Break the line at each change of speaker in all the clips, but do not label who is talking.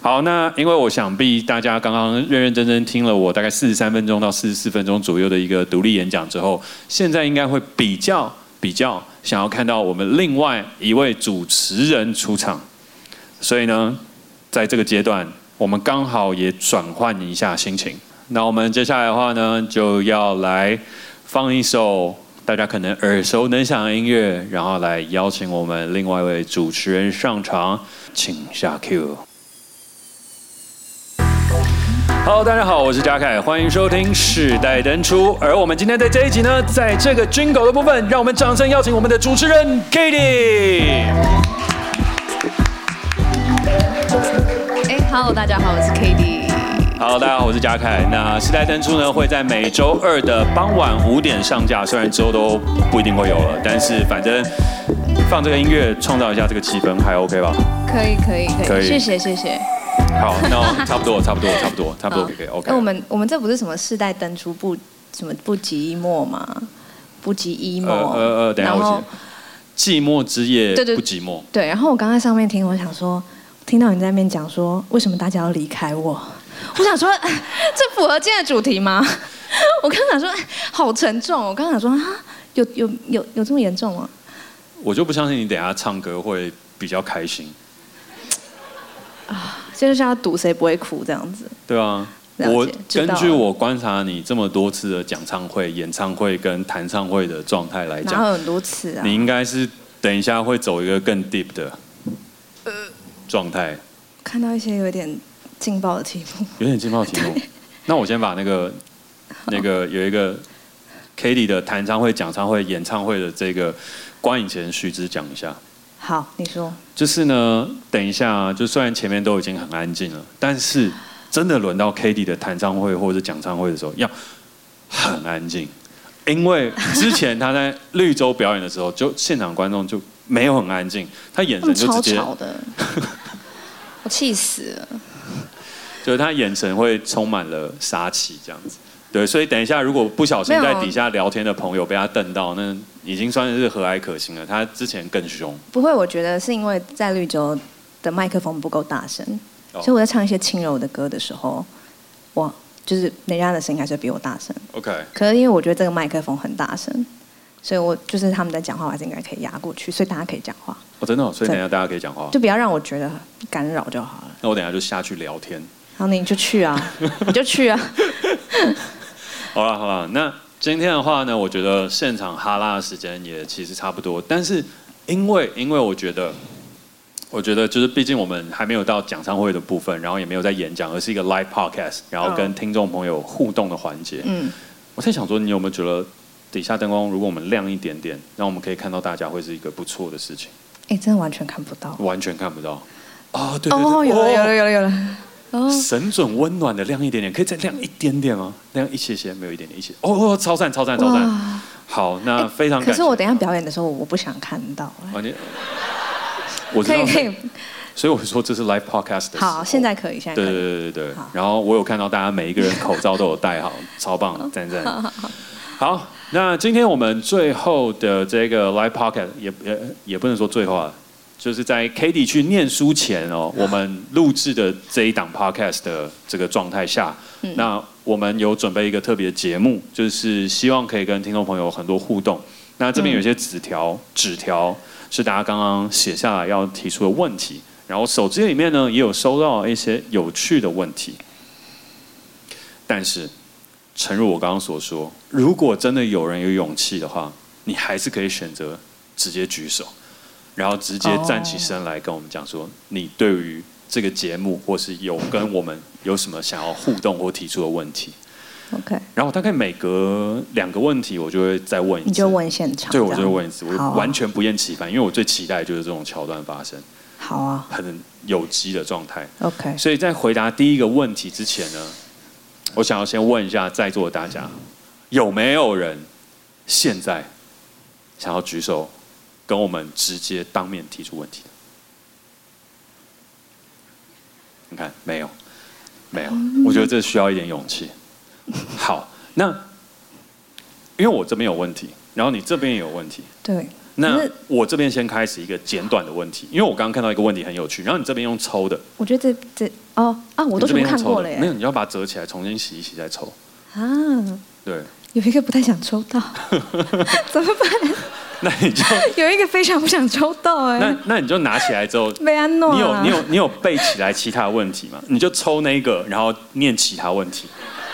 好，那因为我想必大家刚刚认认真真听了我大概43分钟到44分钟左右的一个独立演讲之后，现在应该会比较想要看到我们另外一位主持人出场，所以呢，在这个阶段，我们刚好也转换一下心情。那我们接下来的话呢，就要来放一首大家可能耳熟能详的音乐，然后来邀请我们另外一位主持人上场，请下 Q。Hello， 大家好，我是嘉凯，欢迎收听世代登出。而我们今天在这一集呢，在这个军狗的部分，让我们掌声邀请我们的主持人
Katie。Hello， 大家好，我是 Katie。
Hello， 大家好，我是嘉凯。那世代登出呢，会在每周二的傍晚5点上架，虽然之后都不一定会有了，但是反正放这个音乐，创造一下这个气氛，还 OK 吧？
可以，谢谢。
好，那差不多可以 OK。
我们这不是什么世代登出不寂寞吗？不寂 emo。
等一下我寂寞之夜不寂寞。
对，然后我刚在上面听，我想说，听到你在那边讲说，为什么大家要离开我？我想说，这符合今天的主题吗？我刚想说，好沉重。我刚想说，有这么严重吗？
我就不相信你等一下唱歌会比较开心。
就是要赌谁不会哭这样子。
对啊，我根据我观察你这么多次的讲唱会、演唱会跟弹唱会的状态来讲，
哪有很多次啊？
你应该是等一下会走一个更 deep 的状态。
看到一些有点劲爆的题目。
那我先把那个有一个 Katie 的弹唱会、讲唱会、演唱会的这个观影前须知讲一下。
好，你说。
就是呢，等一下，就虽然前面都已经很安静了，但是真的轮到 Katie 的弹唱会或者讲唱会的时候，要很安静，因为之前他在绿洲表演的时候，就现场观众就没有很安静，他眼神就直接
超吵的，我气死了。
就是他眼神会充满了杀气，这样子。对，所以等一下，如果不小心在底下聊天的朋友被他瞪到，那已经算是和蔼可亲了。他之前更凶。
不会，我觉得是因为在绿洲的麦克风不够大声，所以我在唱一些轻柔的歌的时候，哇，就是人家的声音还是比我大声。
OK。
可是因为我觉得这个麦克风很大声，所以我就是他们在讲话，我还是应该可以压过去，所以大家可以讲话。
哦，真的哦，所以等一下大家可以讲话，
就不要让我觉得干扰就好了。
那我等一下就下去聊天。
好，你就去啊，你就去啊。
好了，那今天的话呢，我觉得现场哈拉的时间也其实差不多，但是因为我觉得就是毕竟我们还没有到讲唱会的部分，然后也没有在演讲，而是一个 live podcast， 然后跟听众朋友互动的环节。我在想说，你有没有觉得底下灯光如果我们亮一点点，让我们可以看到大家，会是一个不错的事情？
真的完全看不到。
完全看不到。哦，对。
哦，有了。
神准温暖的亮一点点，可以再亮一点点吗？亮一些，没有一点点，一些。超赞！好，那非常感谢。
可是我等一下表演的时候，我不想看到。
我知道。
可以。
所以我说这是 live podcast 的。
好，现在可以，
对。然后我有看到大家每一个人口罩都有戴好，超棒，赞。好，那今天我们最后的这个 live podcast 也不能说最后啊。就是在 Katie 去念书前哦，我们录制的这一档 podcast 的这个状态下，那我们有准备一个特别节目，就是希望可以跟听众朋友有很多互动。那这边有一些纸条是大家刚刚写下来要提出的问题，然后手机里面呢也有收到一些有趣的问题。但是，诚如我刚刚所说，如果真的有人有勇气的话，你还是可以选择直接举手。然后直接站起身来跟我们讲说，你对于这个节目或是有跟我们有什么想要互动或提出的问题。
OK。
然后大概每隔2个问题，我就会再问一次。
你就问现场。
对，我就会问一次，我完全不厌其烦，因为我最期待就是这种桥段发生。
好啊。
很有机的状态。
OK。
所以在回答第一个问题之前呢，我想要先问一下在座的大家，有没有人现在想要举手？跟我们直接当面提出问题的，你看没有？我觉得这需要一点勇气。好，那因为我这边有问题，然后你这边也有问题，
对，
那我这边先开始一个简短的问题，因为我刚刚看到一个问题很有趣，然后你这边用抽的。
我觉得我都全部看过了耶。
没有，你要把它折起来，重新洗一洗再抽。啊，对。
有一个不太想抽到，怎么办？
那你就
有一个非常不想抽到哎。
那你就拿起来之后，
被安诺啊。
你有背起来其他的问题吗？你就抽那个，然后念其他问题。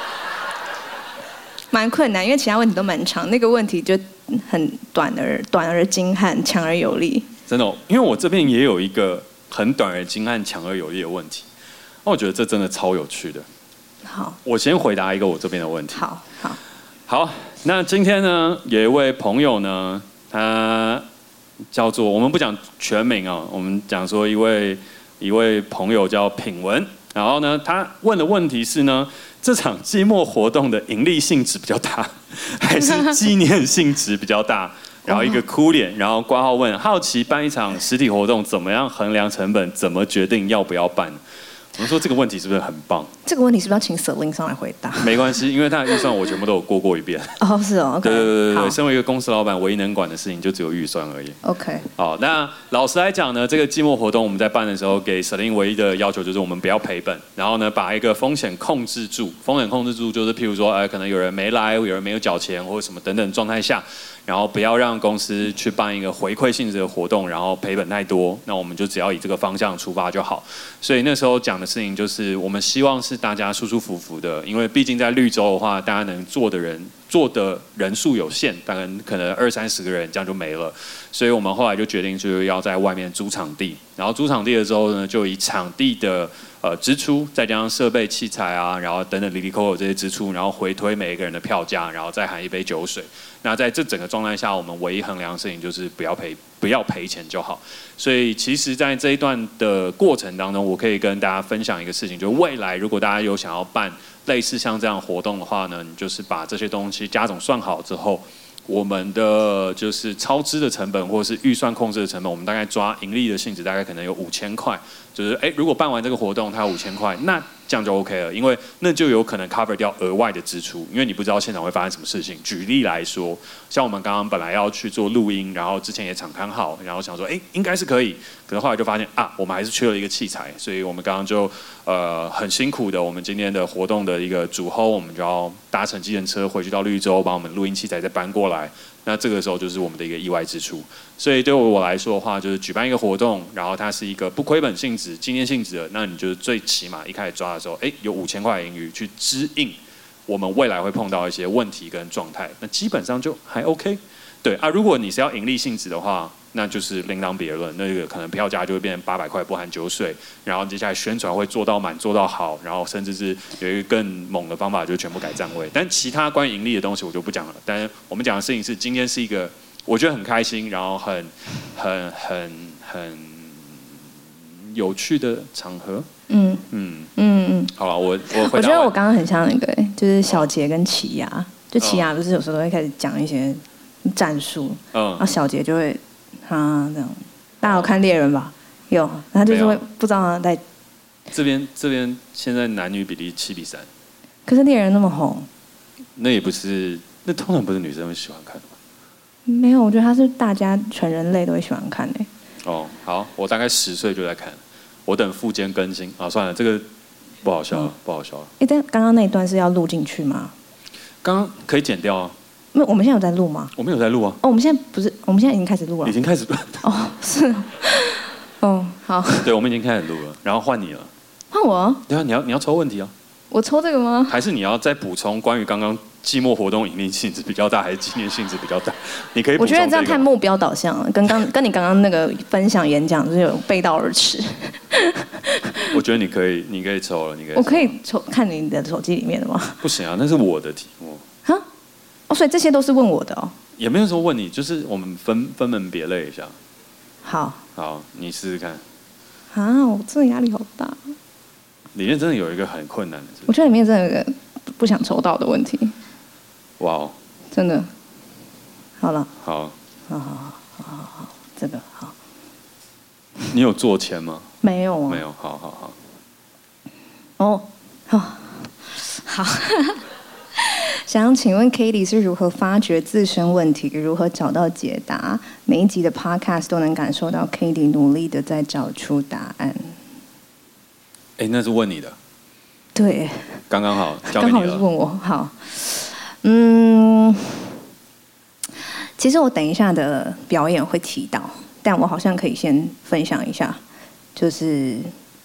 蛮困难，因为其他问题都蛮长，那个问题就很短而精悍，强而有力。
真的因为我这边也有一个很短而精悍、强而有力的问题，那我觉得这真的超有趣的。
好，
我先回答一个我这边的问题。
好，
那今天呢，有一位朋友呢，他叫做我们不讲全名哦，我们讲说一位朋友叫品文，然后呢，他问的问题是呢，这场季末活动的盈利性质比较大，还是纪念性质比较大？然后一个哭脸，然后挂号问，好奇办一场实体活动怎么样衡量成本？怎么决定要不要办？我们说这个问题是不是很棒？
这个问题是不是要请 Celine 上来回答？
没关系，因为他的预算我全部都有过一遍。
哦，是哦， okay,
对，身为一个公司老板，唯一能管的事情就只有预算而已。
OK。
好，那老实来讲呢，这个季末活动我们在办的时候，给 Celine 唯一的要求就是我们不要赔本，然后呢，把一个风险控制住。风险控制住就是譬如说，可能有人没来，有人没有缴钱，或者什么等等状态下。然后不要让公司去办一个回馈性质的活动，然后赔本太多，那我们就只要以这个方向出发就好。所以那时候讲的事情就是，我们希望是大家舒舒服服的，因为毕竟在绿洲的话，大家能做的人数有限，大概可能20-30个人，这样就没了。所以我们后来就决定就是要在外面租场地，然后租场地了之后呢，就以场地的支出，再加上设备器材啊，然后等等哩哩扣扣这些支出，然后回推每一个人的票价，然后再含一杯酒水。那在这整个状态下，我们唯一衡量的事情就是不要赔钱就好。所以其实，在这一段的过程当中，我可以跟大家分享一个事情，就是未来如果大家有想要办类似像这样活动的话呢，你就是把这些东西加总算好之后，我们的就是超支的成本或者是预算控制的成本，我们大概抓盈利的性质，大概可能有5000块。就是如果办完这个活动，它有5000块，那这样就 OK 了，因为那就有可能 cover 掉额外的支出，因为你不知道现场会发生什么事情。举例来说，像我们刚刚本来要去做录音，然后之前也场勘好，然后想说，应该是可以，可是后来就发现我们还是缺了一个器材，所以我们刚刚就很辛苦的，我们今天的活动的一个主 hold， 我们就要搭乘计程车回去到绿洲，把我们录音器材再搬过来。那这个时候就是我们的一个意外支出，所以对我来说的话，就是举办一个活动，然后它是一个不亏本性质、纪念性质的，那你就是最起码一开始抓的时候，有5000块盈余去支应我们未来会碰到一些问题跟状态，那基本上就还 OK。对如果你是要盈利性质的话，那就是另当别论，那个可能票价就会变成800块不含酒水，然后接下来宣传会做到满做到好，然后甚至是有一个更猛的方法，就是全部改站位。但其他关于盈利的东西我就不讲了。但是我们讲的事情是，今天是一个我觉得很开心，然后很有趣的场合。好了，我
觉得我刚刚很像那个，就是小杰跟奇亚，就奇亚不是有时候都会开始讲一些战术，然后小杰就会这样。大家有看猎人吧？有，他就是会不知道他在
这边现在男女比例7-3。
可是猎人那么红，
那也不是，那通常不是女生会喜欢看的吗？
没有，我觉得他是大家全人类都会喜欢看的。
好，我大概10岁就在看，我等附件更新算了，这个不好笑了，不好笑了。
但刚刚那一段是要录进去吗？
刚刚可以剪掉啊。
没有，我们现在有在录吗？
我们有在录啊。
我们现在不是，我们现在已经开始录了。
已经开始。
是。好。
对，我们已经开始录了，然后换你了。
换我？
对啊，你要抽问题啊。
我抽这个吗？
还是你要再补充关于刚刚季末活动盈利性质比较大，还是纪念性质比较大？你可以补充。
我觉得这样看目标导向，跟你刚刚那个分享演讲就是有背道而驰。
我觉得你可以抽了，
我可以抽看你的手机里面的吗？
不行啊，那是我的题目。
所以这些都是问我的哦。
也没有说问你，就是我们分门别类一下。
好，
你试试看。
我真的压力好大。
里面真的有一个很困难的，
我觉得里面真的有一个不想抽到的问题。
哇哦！
真的。好了。
好，
这个好。
你有做签吗？
没有啊。
没有，好。好。
现想请问 Katie 是如何发掘自身问题，如何找到解答？每一集的 Podcast 都能感受到 Katie 努力的在找出答案。
那是问你的。
对，
刚刚好，交给你了。
刚好是问我，好。其实我等一下的表演会提到，但我好像可以先分享一下，就是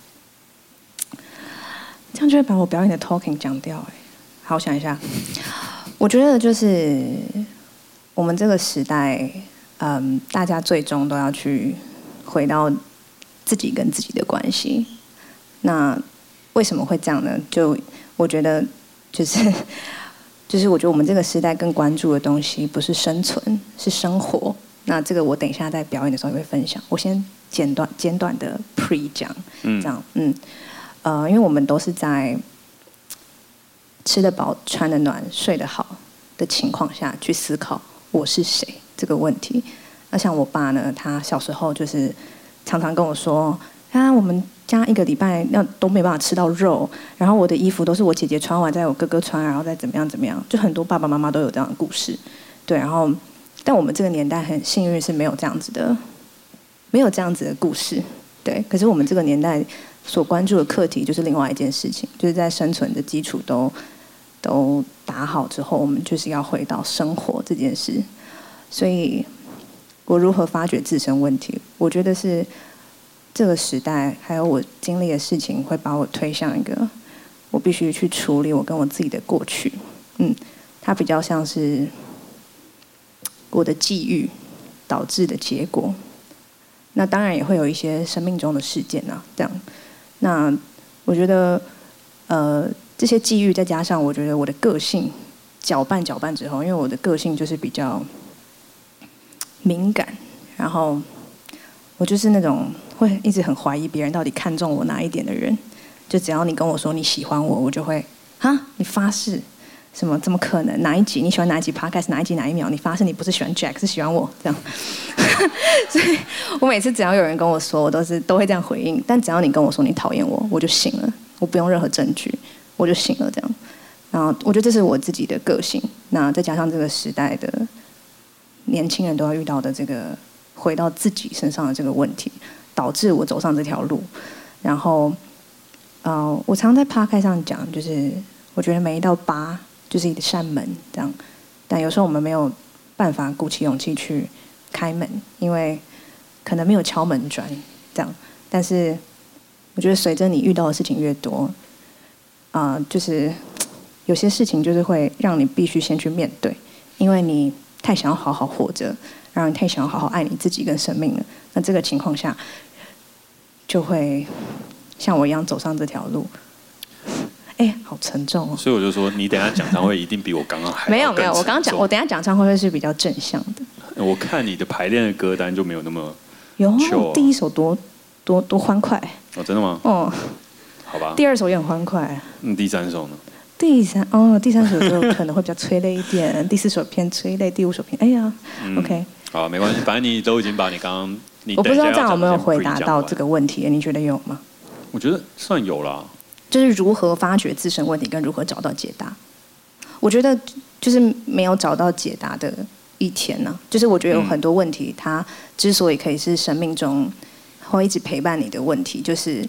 这样就会把我表演的 talking 讲掉。好，我想一下，我觉得就是我们这个时代，大家最终都要去回到自己跟自己的关系。那为什么会这样呢？就我觉得就是我觉得我们这个时代更关注的东西不是生存，是生活。那这个我等一下在表演的时候也会分享。我先简短的 pre 讲，这样，因为我们都是在吃得饱、穿得暖、睡得好的情况下去思考我是谁这个问题。那像我爸呢，他小时候就是常常跟我说，我们家1个礼拜都没办法吃到肉，然后我的衣服都是我姐姐穿完再我哥哥穿，然后再怎么样，就很多爸爸妈妈都有这样的故事，对。然后，但我们这个年代很幸运是没有这样子的故事，对。可是我们这个年代所关注的课题就是另外一件事情，就是在生存的基础都打好之后，我们就是要回到生活这件事。所以，我如何发掘自身问题？我觉得是这个时代还有我经历的事情，会把我推向一个我必须去处理我跟我自己的过去。它比较像是我的际遇导致的结果。那当然也会有一些生命中的事件啊，这样。那我觉得，这些际遇再加上我觉得我的个性搅拌之后，因为我的个性就是比较敏感，然后我就是那种会一直很怀疑别人到底看中我哪一点的人。就只要你跟我说你喜欢我，我就会你发誓什么？怎么可能？哪一集你喜欢哪一集 podcast 哪一集哪一秒？你发誓你不是喜欢 Jack 是喜欢我这样。所以我每次只要有人跟我说，我都会这样回应。但只要你跟我说你讨厌我，我就信了，我不用任何证据，我就信了这样。然后我觉得这是我自己的个性。那再加上这个时代的年轻人都要遇到的这个回到自己身上的这个问题，导致我走上这条路。然后，我常在 podcast 上讲，就是我觉得每一道疤就是一扇门这样。但有时候我们没有办法鼓起勇气去开门，因为可能没有敲门砖这样。但是我觉得随着你遇到的事情越多，就是有些事情就是会让你必须先去面对，因为你太想要好好活着，然后你太想要好好爱你自己跟生命了。那这个情况下，就会像我一样走上这条路。好沉重哦。
所以我就说，你等一下讲唱会一定比我刚刚还
没有，我刚刚讲，我等一下讲唱会是比较正向的。
我看你的排练的歌单就没有那么
有第一首多欢快。
真的吗？好吧。
第2首也很欢快。
第3首呢？
第三首就可能会比较催泪一点，第4首偏催泪，第5首偏OK。
好，没关系，反正你都已经把你刚刚
我不知道这样有没有回答到这个问题，你觉得有吗？
我觉得算有啦。
就是如何发掘自身问题，跟如何找到解答。我觉得就是没有找到解答的一天呢。就是我觉得有很多问题，它之所以可以是生命中会一直陪伴你的问题，就是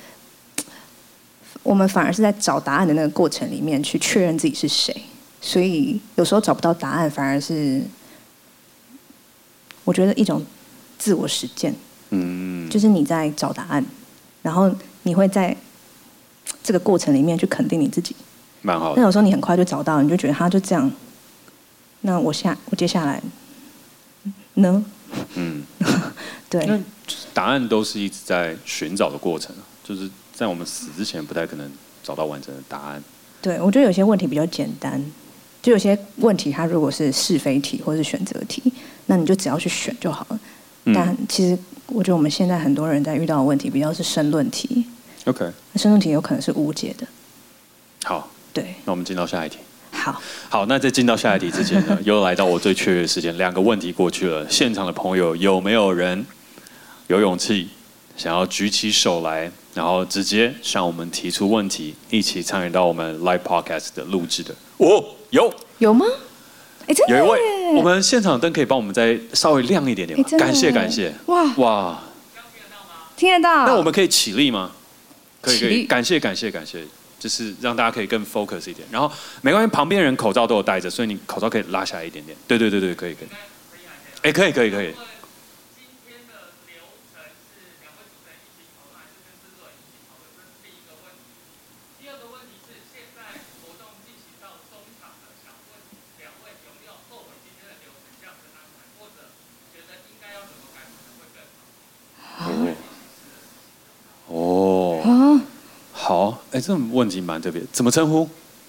我们反而是在找答案的那个过程里面去确认自己是谁。所以有时候找不到答案，反而是我觉得一种自我实践。就是你在找答案，然后你会在这个过程里面去肯定你自己，
蛮好的。
那有时候你很快就找到，你就觉得他就这样。那我接下来呢？对。
那答案都是一直在寻找的过程，就是在我们死之前不太可能找到完整的答案。
对，我觉得有些问题比较简单，就有些问题它如果是是非题或是选择题，那你就只要去选就好了。但其实我觉得我们现在很多人在遇到的问题比较是申论题。
OK，
申论题有可能是无解的。
好，
对，
那我们进到下一题。
好，
那在进到下一题之前呢，又来到我最缺的时间，2个问题过去了。现场的朋友有没有人有勇气想要举起手来，然后直接向我们提出问题，一起参与到我们 Live Podcast 的录制的？有。
有吗？哎，真的
有一位，
耶
我们现场灯可以帮我们再稍微亮一点点吗？
真的
感谢感谢。哇，
听得到。
那我们可以起立吗？可以可以，
起立
感谢感谢感谢，就是让大家可以更 focus 一点。然后没关系，旁边人口罩都有戴着，所以你口罩可以拉下来一点点。对对对对，可以可以。哎，可以可以可以。哦，好，哎，这种问题蛮特别，怎么称呼？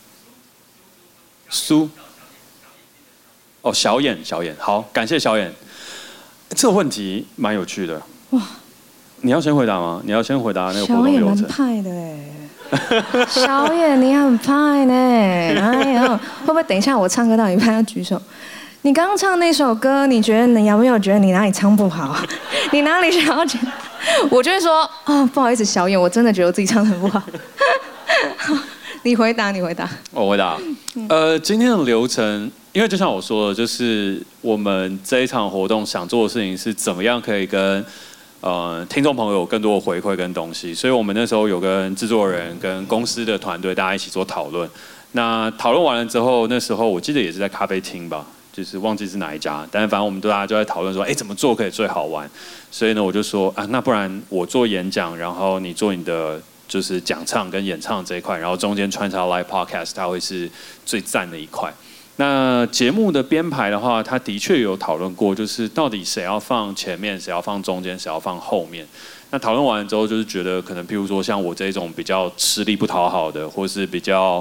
苏，哦，小眼，小眼，好，感谢小眼。这个问题蛮有趣的。哇，你要先回答吗？你要先回答那个活动流程。
小眼蛮派的哎，小眼你很派呢。哎呦，会不会等一下我唱歌到一半要举手？你刚刚唱那首歌，你觉得你有没有觉得你哪里唱不好？你哪里想要讲？我就会说啊，不好意思，小眼，我真的觉得我自己唱得很不好。你回答，你回答。
我回答。今天的流程，因为就像我说的，就是我们这一场活动想做的事情是怎么样可以跟听众朋友有更多的回馈跟东西，所以我们那时候有跟制作人跟公司的团队大家一起做讨论。那讨论完了之后，那时候我记得也是在咖啡厅吧。就是忘记是哪一家，但是反正我们大家就在讨论说，哎，怎么做可以最好玩？所以呢，我就说啊，那不然我做演讲，然后你做你的就是讲唱跟演唱这一块，然后中间穿插 live podcast， 它会是最赞的一块。那节目的编排的话，他的确有讨论过，就是到底谁要放前面，谁要放中间，谁要放后面。那讨论完之后，就是觉得可能譬如说像我这种比较吃力不讨好的，或是比较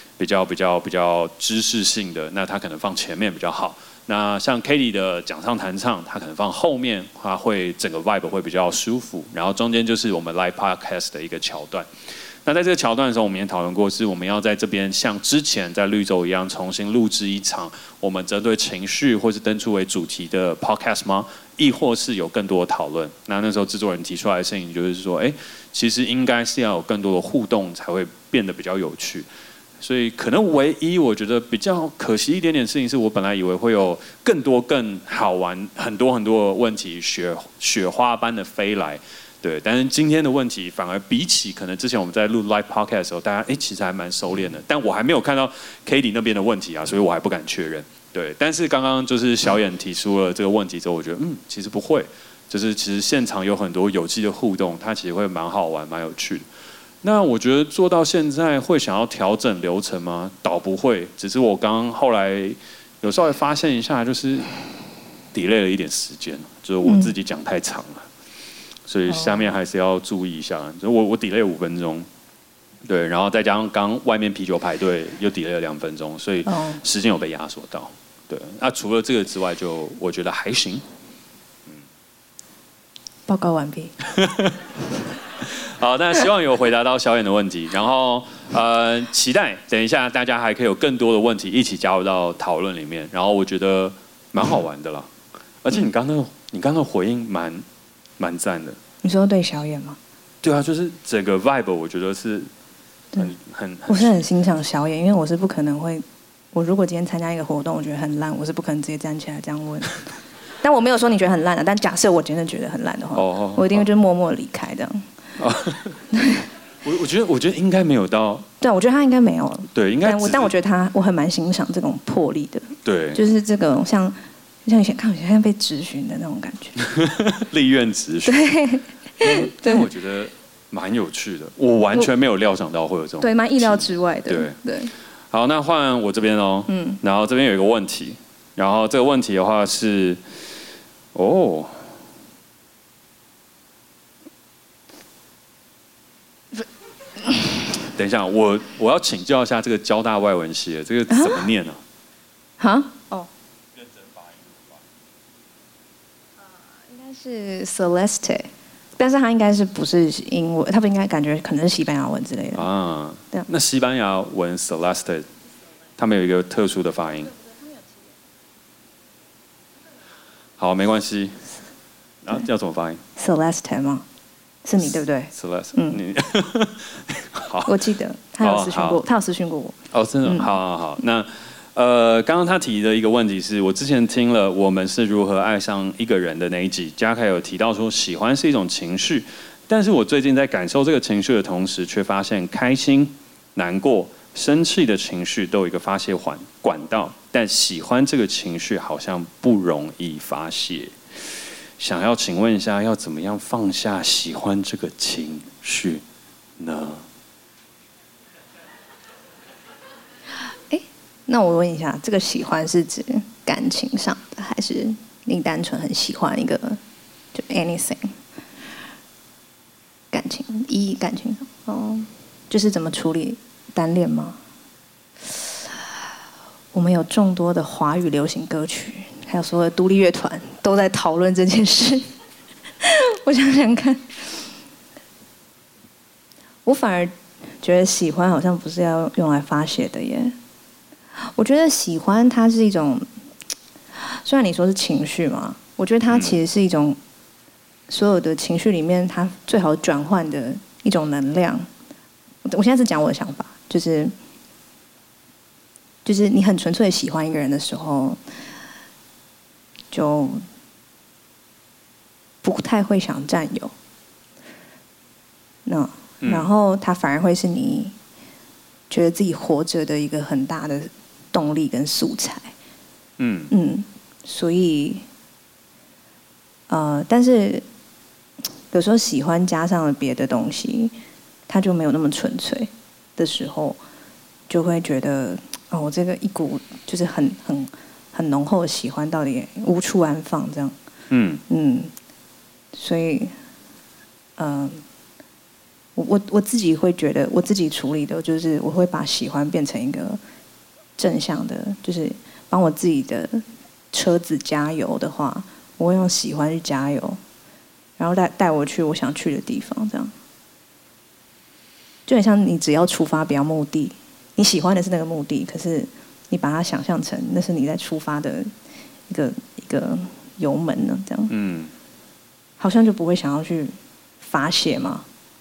知识性的，那他可能放前面比较好。那像 Katie 的讲唱弹唱，他可能放后面，他会整个 vibe 会比较舒服。然后中间就是我们 live podcast 的一个桥段。那在这个桥段的时候，我们也讨论过，是我们要在这边像之前在绿洲一样，重新录制一场我们针对情绪或是登出为主题的 podcast 吗？亦或是有更多的讨论？那时候制作人提出来的事情就是说，哎，其实应该是要有更多的互动，才会变得比较有趣。所以可能唯一我觉得比较可惜一点点的事情，是我本来以为会有更多更好玩很多很多的问题雪花般的飞来，对。但是今天的问题反而比起可能之前我们在录 live podcast 的时候，大家其实还蛮收敛的。但我还没有看到 Katie 那边的问题啊，所以我还不敢确认。对，但是刚刚就是小眼提出了这个问题之后，我觉得其实不会，就是其实现场有很多有机的互动，它其实会蛮好玩蛮有趣的。那我觉得做到现在会想要调整流程吗？倒不会，只是我刚后来有稍微发现一下，就是 delay 了一点时间，就是我自己讲太长了，所以下面还是要注意一下。就我 delay 5分钟，对，然后再加上刚外面啤酒排队又 delay 了2分钟，所以时间有被压缩到。对，那除了这个之外，就我觉得还行。
报告完毕。
好，那希望有回答到小眼的问题，然后期待等一下大家还可以有更多的问题一起加入到讨论里面，然后我觉得蛮好玩的啦，而且你刚刚的回应蛮赞的。
你说对小眼吗？
对啊，就是整个 vibe 我觉得是很
我是很欣赏小眼，因为我是不可能会，我如果今天参加一个活动，我觉得很烂，我是不可能直接站起来这样问。但我没有说你觉得很烂啊，但假设我真的觉得很烂的话，我一定会就默默离开这样。
我觉得应该没有到。
对，我觉得他应该没有。
对，应该。
但我觉得我很蛮欣赏这种魄力的。
对。
就是这种像以前看，好像被质询的那种感觉。
立院质询。对。但我觉得蛮有趣的，我完全没有料想到会有这种。
对，蛮意料之外的。对。
好，那换我这边哦。然后这边有一个问题，然后这个问题的话是，等一下，我要请教一下这个交大外文系的这个怎么念呢？
认真发音应该是 Celeste， 但是它应该是不是英文？它不应该感觉可能是西班牙文之类的啊。
对。那西班牙文 Celeste， 他们有一个特殊的发音。好，没关系。然后要怎么发音
？Celeste 吗？是你对不对
？Celeste，你
好，我记得他有私讯过，他有私讯过我。
真的，好。那刚刚他提的一个问题是我之前听了我们是如何爱上一个人的那一集，嘉凯有提到说喜欢是一种情绪，但是我最近在感受这个情绪的同时，却发现开心、难过、生气的情绪都有一个发泄管道，但喜欢这个情绪好像不容易发泄。想要请问一下，要怎么样放下喜欢这个情绪呢？
那我问一下，这个喜欢是指感情上的，还是你单纯很喜欢一个就 anything？ 感情上哦，就是怎么处理单恋吗？我们有众多的华语流行歌曲，还有所有的独立乐团都在讨论这件事。我想想看，我反而觉得喜欢好像不是要用来发泄的耶。我觉得喜欢它是一种，虽然你说是情绪嘛，我觉得它其实是一种所有的情绪里面它最好转换的一种能量。我现在是讲我的想法，就是你很纯粹的喜欢一个人的时候，就不太会想占有。然后它反而会是你觉得自己活着的一个很大的动力跟素材。所以但是有时候喜欢加上了别的东西，它就没有那么纯粹的时候，就会觉得我这个一股就是很浓厚的喜欢，到底无处安放这样。所以我自己会觉得，我自己处理的就是我会把喜欢变成一个正向的，就是帮我自己的车子加油的话，我会用喜欢去加油，然后带我去我想去的地方，这样就很像你只要出发不要目的，你喜欢的是那个目的，可是你把它想象成那是你在出发的一个油门呢，这样，好像就不会想要去发泄嘛。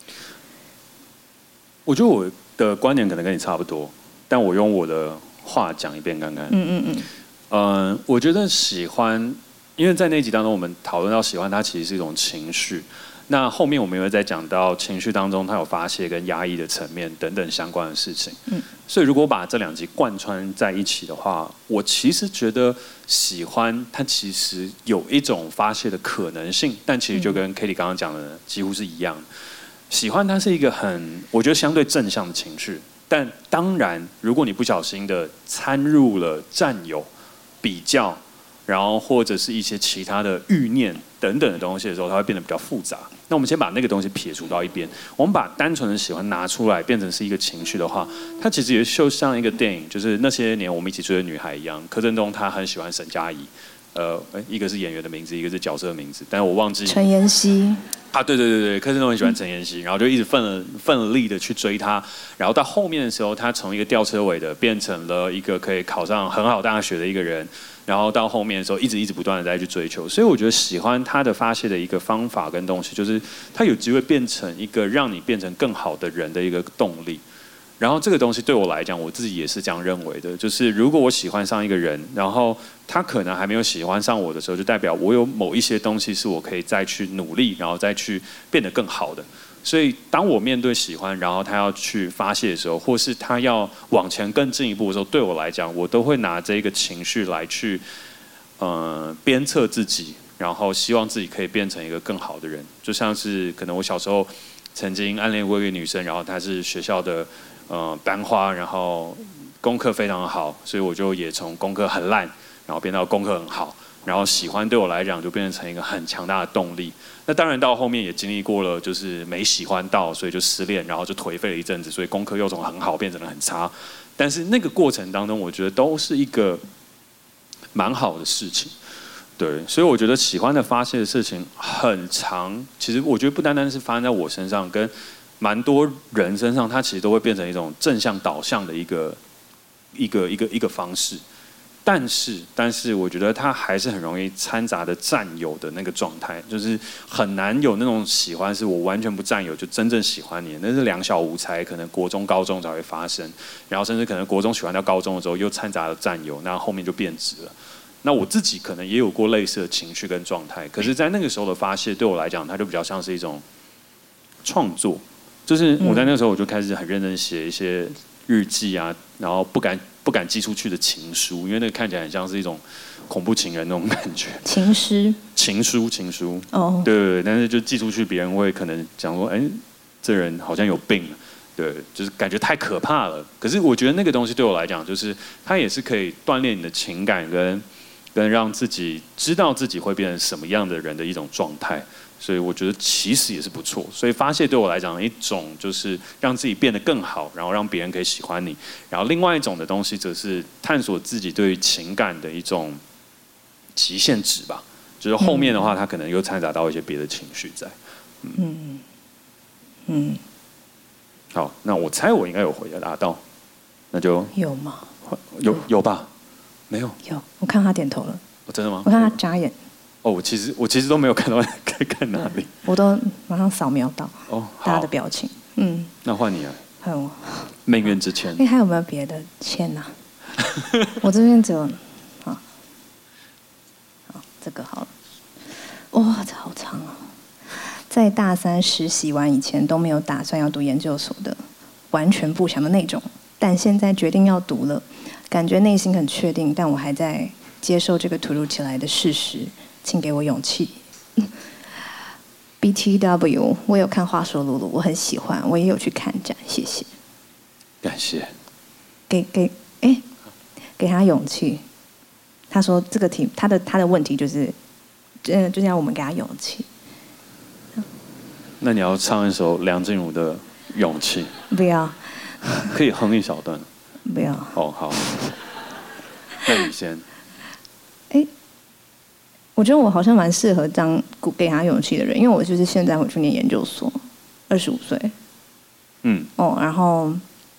我觉得我的观点可能跟你差不多，但我用我的话讲一遍看看。我觉得喜欢，因为在那一集当中我们讨论到喜欢，它其实是一种情绪。那后面我们也会再讲到情绪当中它有发泄跟压抑的层面等等相关的事情。所以如果把这两集贯穿在一起的话，我其实觉得喜欢它其实有一种发泄的可能性，但其实就跟 Katie 刚刚讲的几乎是一样的。喜欢它是一个我觉得相对正向的情绪，但当然如果你不小心的掺入了占有、比较，然后或者是一些其他的欲念等等的东西的时候，它会变得比较复杂。那我们先把那个东西撇除到一边，我们把单纯的喜欢拿出来变成是一个情绪的话，它其实也就像一个电影，就是那些年我们一起追的女孩一样。柯震东他很喜欢沈佳宜，一个是演员的名字，一个是角色的名字，但是我忘记。
陈妍希。
对，柯震东很喜欢陈妍希，然后就一直奋了力的去追她，然后到后面的时候，他从一个吊车尾的变成了一个可以考上很好大学的一个人，然后到后面的时候，一直不断的在去追求，所以我觉得喜欢他的发泄的一个方法跟东西，就是他有机会变成一个让你变成更好的人的一个动力。然后这个东西对我来讲，我自己也是这样认为的，就是如果我喜欢上一个人，然后他可能还没有喜欢上我的时候，就代表我有某一些东西是我可以再去努力，然后再去变得更好的。所以当我面对喜欢，然后他要去发泄的时候，或是他要往前更进一步的时候，对我来讲，我都会拿这个情绪来去鞭策自己，然后希望自己可以变成一个更好的人。就像是可能我小时候曾经暗恋过一个女生，然后她是学校的班花，然后功课非常好，所以我就也从功课很烂，然后变到功课很好，然后喜欢对我来讲就变成一个很强大的动力。那当然到后面也经历过了，就是没喜欢到，所以就失恋，然后就颓废了一阵子，所以功课又从很好变成了很差。但是那个过程当中，我觉得都是一个蛮好的事情。对，所以我觉得喜欢的发泄的事情很长，其实我觉得不单单是发生在我身上，跟蛮多人身上，它其实都会变成一种正向导向的一个方式。 但是我觉得他还是很容易掺杂的占有的那个状态，就是很难有那种喜欢是我完全不占有就真正喜欢你，那是两小无猜，可能国中、高中才会发生，然后甚至可能国中喜欢到高中的时候又掺杂了占有，那后面就变质了。那我自己可能也有过类似的情绪跟状态，可是，在那个时候的发泄对我来讲，它就比较像是一种创作，就是我在那个时候我就开始很认真写一些日记啊，然后不敢寄出去的情书，因为那个看起来很像是一种恐怖情人那种感觉。
情诗、
情书。哦，对，但是就寄出去，别人会可能讲说，哎，这人好像有病，对，就是感觉太可怕了。可是我觉得那个东西对我来讲，就是它也是可以锻炼你的情感跟让自己知道自己会变成什么样的人的一种状态。所以我觉得其实也是不错，所以发泄对我来讲一种就是让自己变得更好，然后让别人可以喜欢你。然后另外一种的东西则是探索自己对于情感的一种极限值吧。就是后面的话，它可能又掺杂到一些别的情绪在。好，那我猜我应该有回答到，那就
有吗？
有吧？没有？
有，我看他点头了。
真的吗？
我看他眨眼。
哦，我其实都没有看到该看哪里，
我都马上扫描到大家的表情。
那换你啊。
还有我。
命运之签。
还有没有别的签啊？我这边只有，好，这个好了。哇，这好长哦。在大三实习完以前都没有打算要读研究所的，完全不想的那种。但现在决定要读了，感觉内心很确定，但我还在接受这个突如其来的事实。请给我勇气。BTW， 我有看《话说露露》，我很喜欢，我也有去看展，谢谢。
感谢。
给他勇气。他说这个题，他的问题就是，就是要我们给他勇气。
那你要唱一首梁静茹的《勇气》。
不要。
可以哼一小段。
不要。
哦，好。那你先。
我觉得我好像蛮适合当给他勇气的人，因为我就是现在回去念研究所，25岁。然后，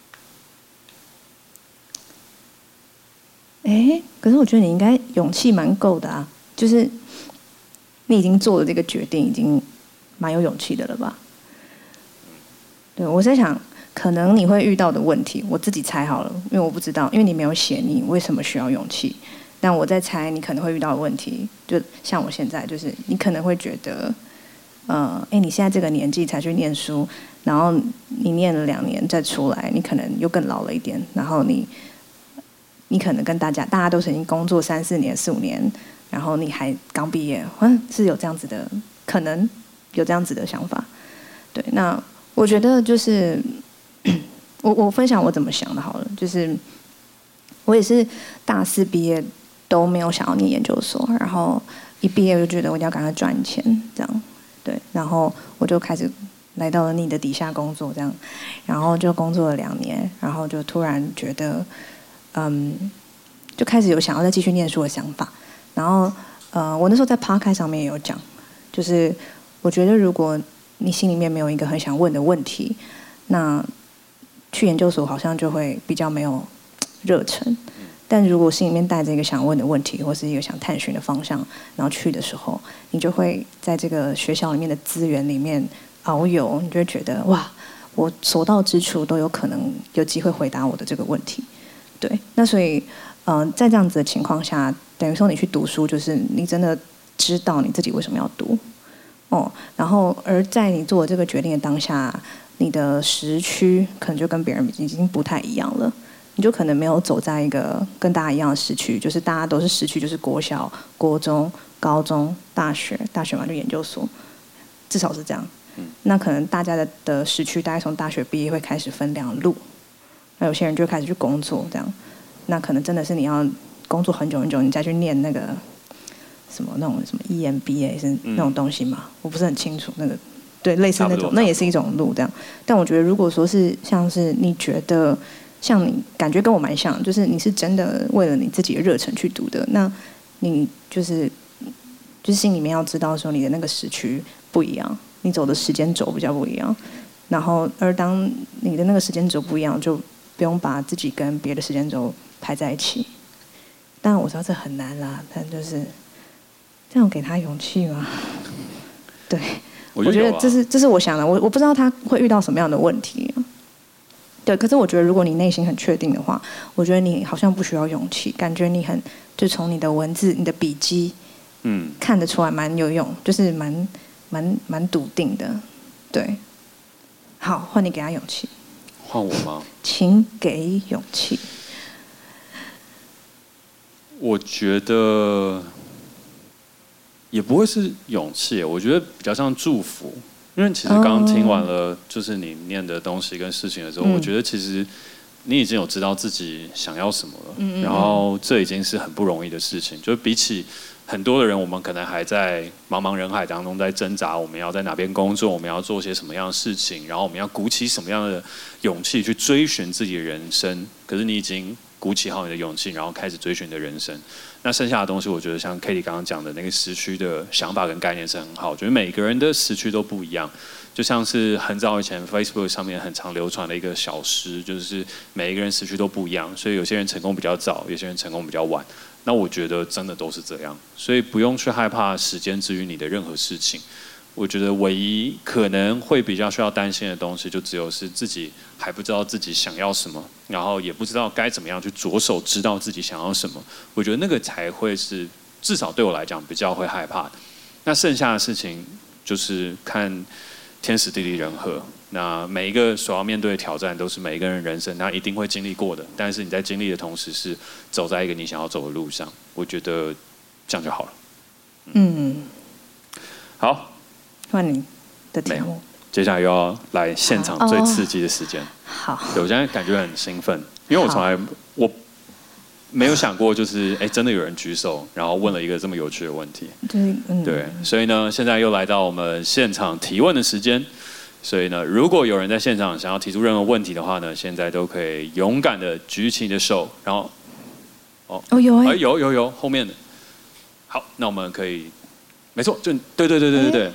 可是我觉得你应该勇气蛮够的啊，就是你已经做了这个决定，已经蛮有勇气的了吧？对，我在想，可能你会遇到的问题，我自己猜好了，因为我不知道，因为你没有写你为什么需要勇气。但我在猜你可能会遇到的问题，就像我现在，就是你可能会觉得，你现在这个年纪才去念书，然后你念了2年再出来，你可能又更老了一点，然后你可能跟大家都曾经工作3、4年、4、5年，然后你还刚毕业，是有这样子的，可能有这样子的想法。对，那我觉得就是我分享我怎么想的好了，就是我也是大4毕业。都没有想要念研究所，然后一毕业我就觉得我一定要赶快赚钱，这样，对，然后我就开始来到了你的底下工作，这样，然后就工作了2年，然后就突然觉得，就开始有想要再继续念书的想法，然后我那时候在 Podcast 上面也有讲，就是我觉得如果你心里面没有一个很想问的问题，那去研究所好像就会比较没有热忱。但如果心里面带着一个想问的问题，或是一个想探寻的方向，然后去的时候，你就会在这个学校里面的资源里面遨游，你就会觉得哇，我所到之处都有可能有机会回答我的这个问题。对，那所以在这样子的情况下，等于说你去读书，就是你真的知道你自己为什么要读然后而在你做这个决定的当下，你的时区可能就跟别人已经不太一样了。你就可能没有走在一个跟大家一样的时区，就是大家都是时区，就是国小、国中、高中、大学嘛就研究所，至少是这样。那可能大家的时区大概从大学毕业会开始分2路，那有些人就开始去工作这样。那可能真的是你要工作很久很久，你再去念那个什么那种什么 EMBA 是那种东西嘛？我不是很清楚那个，对，类似那种，那也是一种路这样。但我觉得如果说是像是你觉得。像你感觉跟我蛮像，就是你是真的为了你自己的热忱去读的，那你就是心里面要知道说你的那个时区不一样，你走的时间轴比较不一样，然后而当你的那个时间轴不一样，就不用把自己跟别的时间轴排在一起。 当然我知道这很难啦，但就是这样给他勇气吗？对，我觉得这是我想的，我不知道他会遇到什么样的问题。对，可是我觉得如果你内心很确定的话，我觉得你好像不需要勇气，感觉你就从你的文字、你的笔记，看得出来蛮有用，就是蛮笃定的。对，好，换你给他勇气。
换我吗？
请给勇气。
我觉得也不会是勇气，我觉得比较像祝福。因为其实刚刚听完了，就是你念的东西跟事情的时候，我觉得其实你已经有知道自己想要什么了，然后这已经是很不容易的事情。就比起很多的人，我们可能还在茫茫人海当中在挣扎，我们要在哪边工作，我们要做些什么样的事情，然后我们要鼓起什么样的勇气去追寻自己的人生。可是你已经鼓起好你的勇气，然后开始追寻你的人生。那剩下的东西，我觉得像 Katie 刚刚讲的那个时区的想法跟概念是很好。我觉得每个人的时区都不一样，就像是很早以前 Facebook 上面很常流传的一个小诗，就是每一个人时区都不一样，所以有些人成功比较早，有些人成功比较晚。那我觉得真的都是这样，所以不用去害怕时间之于你的任何事情。我觉得唯一可能会比较需要担心的东西，就只有是自己还不知道自己想要什么，然后也不知道该怎么样去着手知道自己想要什么。我觉得那个才会是至少对我来讲比较会害怕的。那剩下的事情就是看天时地利人和。那每一个所要面对的挑战，都是每一个人人生他一定会经历过的。但是你在经历的同时，是走在一个你想要走的路上。我觉得这样就好了。好。
换你的题目，
接下来又要来现场最刺激的时间。
好，
我现在感觉很兴奋，因为我从来没有想过，就是真的有人举手，然后问了一个这么有趣的问题。对，所以呢，现在又来到我们现场提问的时间。所以呢，如果有人在现场想要提出任何问题的话呢，现在都可以勇敢的举起你的手，然后有后面的。好，那我们可以，没错，就对。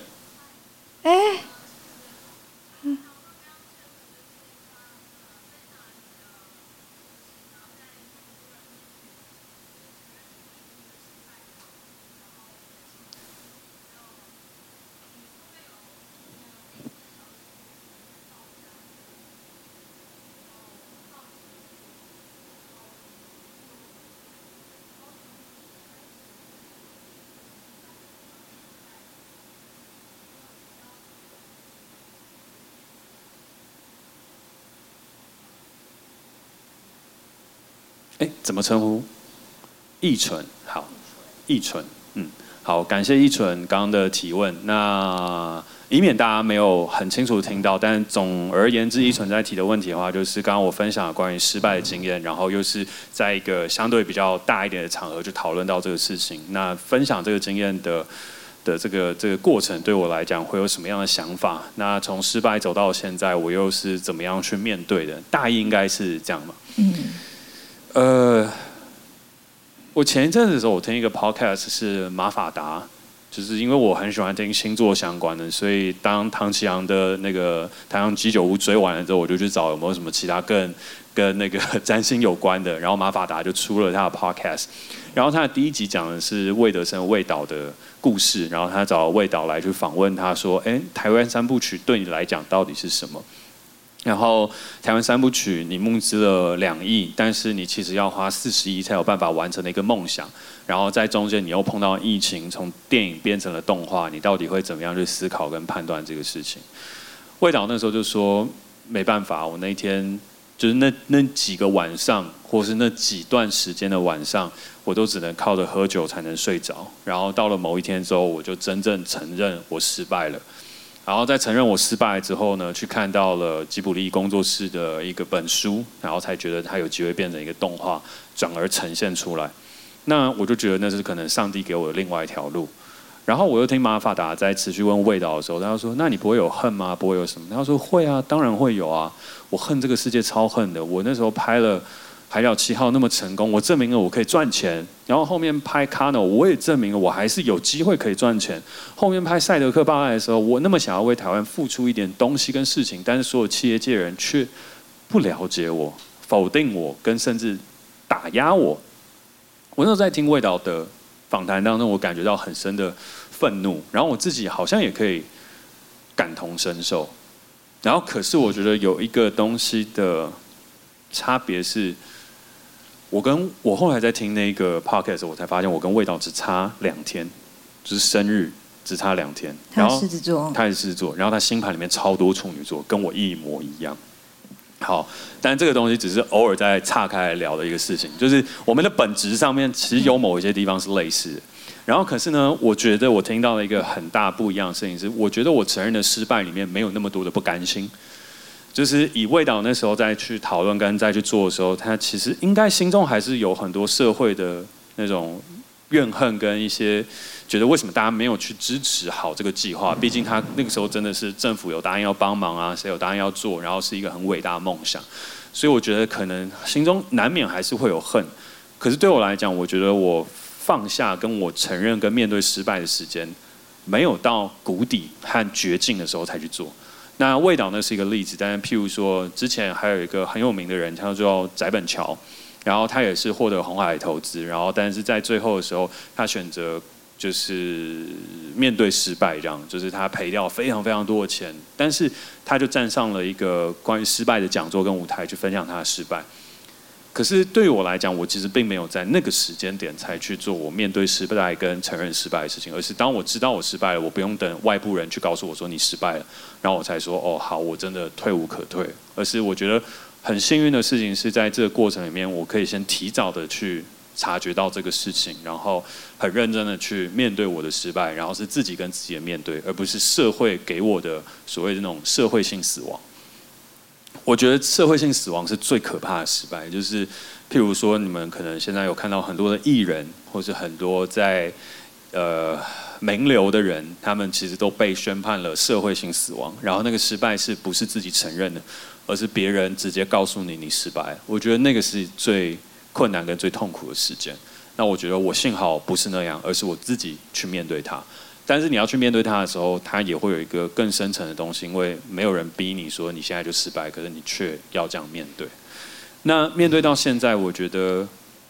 怎么称呼？易纯，好，易纯，好，感谢易纯刚刚的提问。那以免大家没有很清楚听到，但总而言之，易纯在提的问题的话，就是刚刚我分享了关于失败的经验，然后又是在一个相对比较大一点的场合去讨论到这个事情。那分享这个经验的这个过程，对我来讲会有什么样的想法？那从失败走到现在，我又是怎么样去面对的？大意应该是这样嘛？我前一阵子的时候，我听一个 podcast 是马法达，就是因为我很喜欢听星座相关的，所以当唐启阳的那个太阳鸡酒屋追完了之后，我就去找有没有什么其他跟那个占星有关的，然后马法达就出了他的 podcast， 然后他的第一集讲的是魏德森魏导的故事，然后他找魏导来去访问他说，台湾三部曲对你来讲到底是什么？然后台湾三部曲你募资了2亿，但是你其实要花40亿才有办法完成的一个梦想。然后在中间你又碰到疫情，从电影变成了动画，你到底会怎么样去思考跟判断这个事情？魏导那时候就说没办法，我那一天就是那几个晚上，或是那几段时间的晚上，我都只能靠着喝酒才能睡着。然后到了某一天之后，我就真正承认我失败了。然后在承认我失败之后呢，去看到了吉卜力工作室的一个本书，然后才觉得它有机会变成一个动画，转而呈现出来。那我就觉得那是可能上帝给我的另外一条路。然后我又听马法达在持续问魏导的时候，他说：“那你不会有恨吗？不会有什么？”他说：“会啊，当然会有啊！我恨这个世界超恨的。我那时候拍了《海角7号》那么成功，我证明了我可以赚钱。然后后面拍《Kano》，我也证明了我还是有机会可以赚钱。后面拍《赛德克巴莱》的时候，我那么想要为台湾付出一点东西跟事情，但是所有企业界人却不了解我、否定我，跟甚至打压我。 我那时候在听味道的访谈当中，我感觉到很深的愤怒，然后我自己好像也可以感同身受。然后可是我觉得有一个东西的差别是，我后来在听那个 podcast， 我才发现我跟味道只差2天，就是生日只差2天。
他是狮子座，
他是狮子座，然后他星盘里面超多处女座，跟我一模一样。好，但这个东西只是偶尔在岔开来聊的一个事情，就是我们的本质上面其实有某一些地方是类似的。然后可是呢，我觉得我听到了一个很大不一样的事情是，我觉得我承认的失败里面没有那么多的不甘心。就是以味道那时候再去讨论跟再去做的时候，他其实应该心中还是有很多社会的那种怨恨跟一些觉得为什么大家没有去支持好这个计划？毕竟他那个时候真的是政府有答应要帮忙啊，谁有答应要做，然后是一个很伟大的梦想，所以我觉得可能心中难免还是会有恨。可是对我来讲，我觉得我放下跟我承认跟面对失败的时间，没有到谷底和绝境的时候才去做。那味道呢是一个例子，但是譬如说之前还有一个很有名的人，他叫做翟本桥。然后他也是获得红海投资，然后但是在最后的时候，他选择就是面对失败，这样就是他赔掉非常非常多的钱，但是他就站上了一个关于失败的讲座跟舞台去分享他的失败。可是对于我来讲，我其实并没有在那个时间点才去做我面对失败跟承认失败的事情，而是当我知道我失败了，我不用等外部人去告诉我说你失败了，然后我才说哦好，我真的退无可退，而是我觉得很幸运的事情是在这个过程里面，我可以先提早的去察觉到这个事情，然后很认真的去面对我的失败，然后是自己跟自己的面对，而不是社会给我的所谓的那种社会性死亡。我觉得社会性死亡是最可怕的失败，就是譬如说你们可能现在有看到很多的艺人，或是很多在名流的人，他们其实都被宣判了社会性死亡，然后那个失败是不是自己承认的，而是别人直接告诉你失败了。我觉得那个是最困难跟最痛苦的时间。那我觉得我幸好不是那样，而是我自己去面对它。但是你要去面对它的时候，它也会有一个更深层的东西，因为没有人逼你说你现在就失败，可是你却要这样面对。那面对到现在，我觉得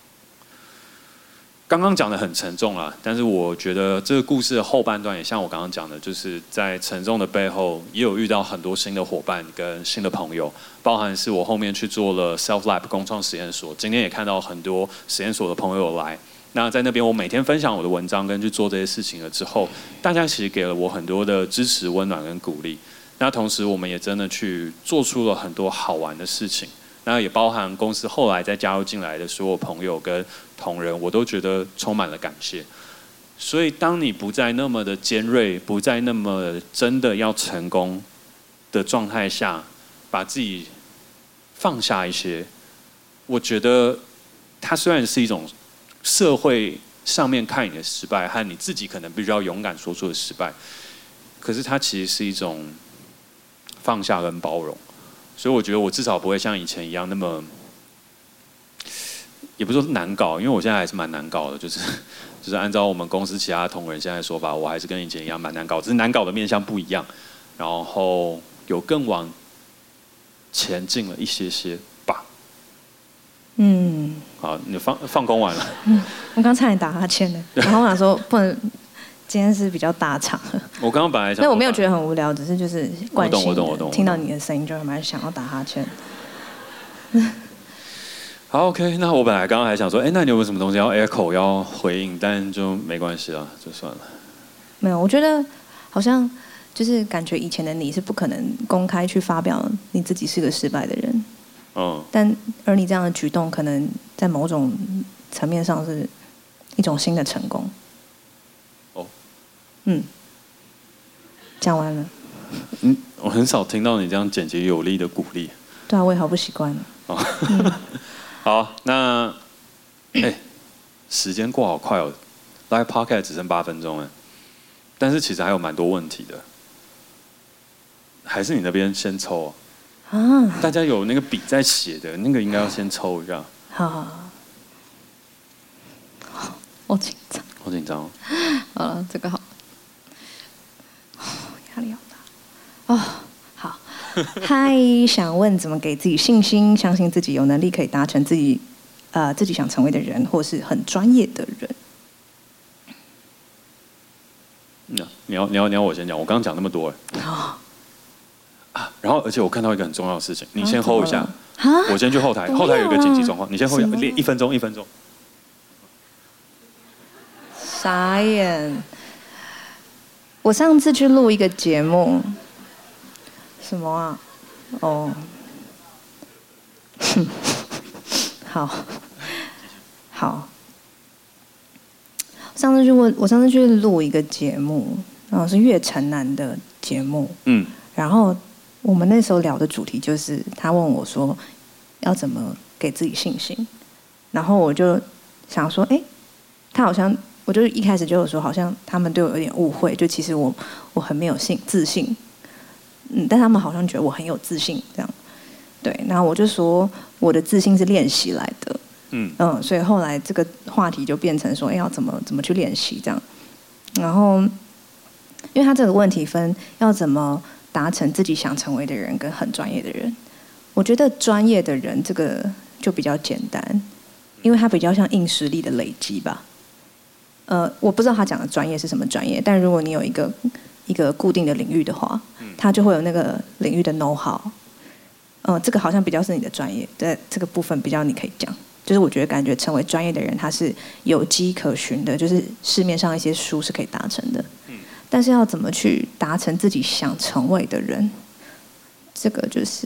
刚刚讲的很沉重啦，但是我觉得这个故事的后半段也像我刚刚讲的，就是在沉重的背后，也有遇到很多新的伙伴跟新的朋友，包含是我后面去做了 Self Lab 共创实验所，今天也看到很多实验所的朋友来。那在那边，我每天分享我的文章跟去做这些事情了之后，大家其实给了我很多的支持、温暖跟鼓励。那同时，我们也真的去做出了很多好玩的事情。那也包含公司后来再加入进来的所有朋友跟同仁，我都觉得充满了感谢。所以，当你不再那么的尖锐，不再那么真的要成功的状态下，把自己放下一些，我觉得它虽然是一种社会上面看你的失败，和你自己可能必须要勇敢说出的失败，可是它其实是一种放下跟包容。所以我觉得我至少不会像以前一样那么，也不是说难搞，因为我现在还是蛮难搞的，就是按照我们公司其他同仁现在的说法，我还是跟以前一样蛮难搞，只是难搞的面向不一样，然后有更往前进了一些些吧。嗯，好，你放工完了。
我刚差点打哈欠呢，然后我想说不能，今天是比较大场。
我刚刚本来想，
那我没有觉得很无聊，只是就是惯性
我懂，
听到你的声音就蛮想要打哈欠。
好 ，OK， 那我本来刚刚还想说，那你有没有什么东西要 echo 要回应？但就没关系了，就算了。
没有，我觉得好像就是感觉以前的你是不可能公开去发表你自己是个失败的人。但而你这样的举动，可能在某种层面上是一种新的成功。讲完了。
我很少听到你这样简洁有力的鼓励。
对啊，我也好不习惯。
好，那时间过好快哦 ，Live Podcast 只剩8分钟哎，但是其实还有蛮多问题的，还是你那边先抽啊？大家有那个笔在写的，那个应该要先抽一下。
好，好紧张，
好紧张。
好了，这个好，压力好大。好。嗨，想问怎么给自己信心，相信自己有能力可以达成自己自己想成为的人，或是很专业的人。
你要我先讲，我刚刚讲那么多然后而且我看到一个很重要的事情，你先 hold 一下，我先去后台，后台有一个紧急状况，你先 hold 一下，1分钟。
傻眼！我上次去录一个节目，什么啊？哦，好。我上次去录一个节目，然后是岳城南的节目。然后我们那时候聊的主题就是他问我说要怎么给自己信心，然后我就想说，他好像，我就一开始就有说，好像他们对我有点误会，就其实我很没有自信，但他们好像觉得我很有自信这样。对，然后我就说我的自信是练习来的。所以后来这个话题就变成说，要怎么去练习这样。然后，因为他这个问题分要怎么达成自己想成为的人跟很专业的人，我觉得专业的人这个就比较简单，因为他比较像硬实力的累积吧。我不知道他讲的专业是什么专业，但如果你有一个固定的领域的话，他就会有那个领域的 know how。这个好像比较是你的专业，对这个部分比较你可以讲。就是我觉得感觉成为专业的人，他是有迹可循的，就是市面上一些书是可以达成的。但是要怎么去达成自己想成为的人，这个就是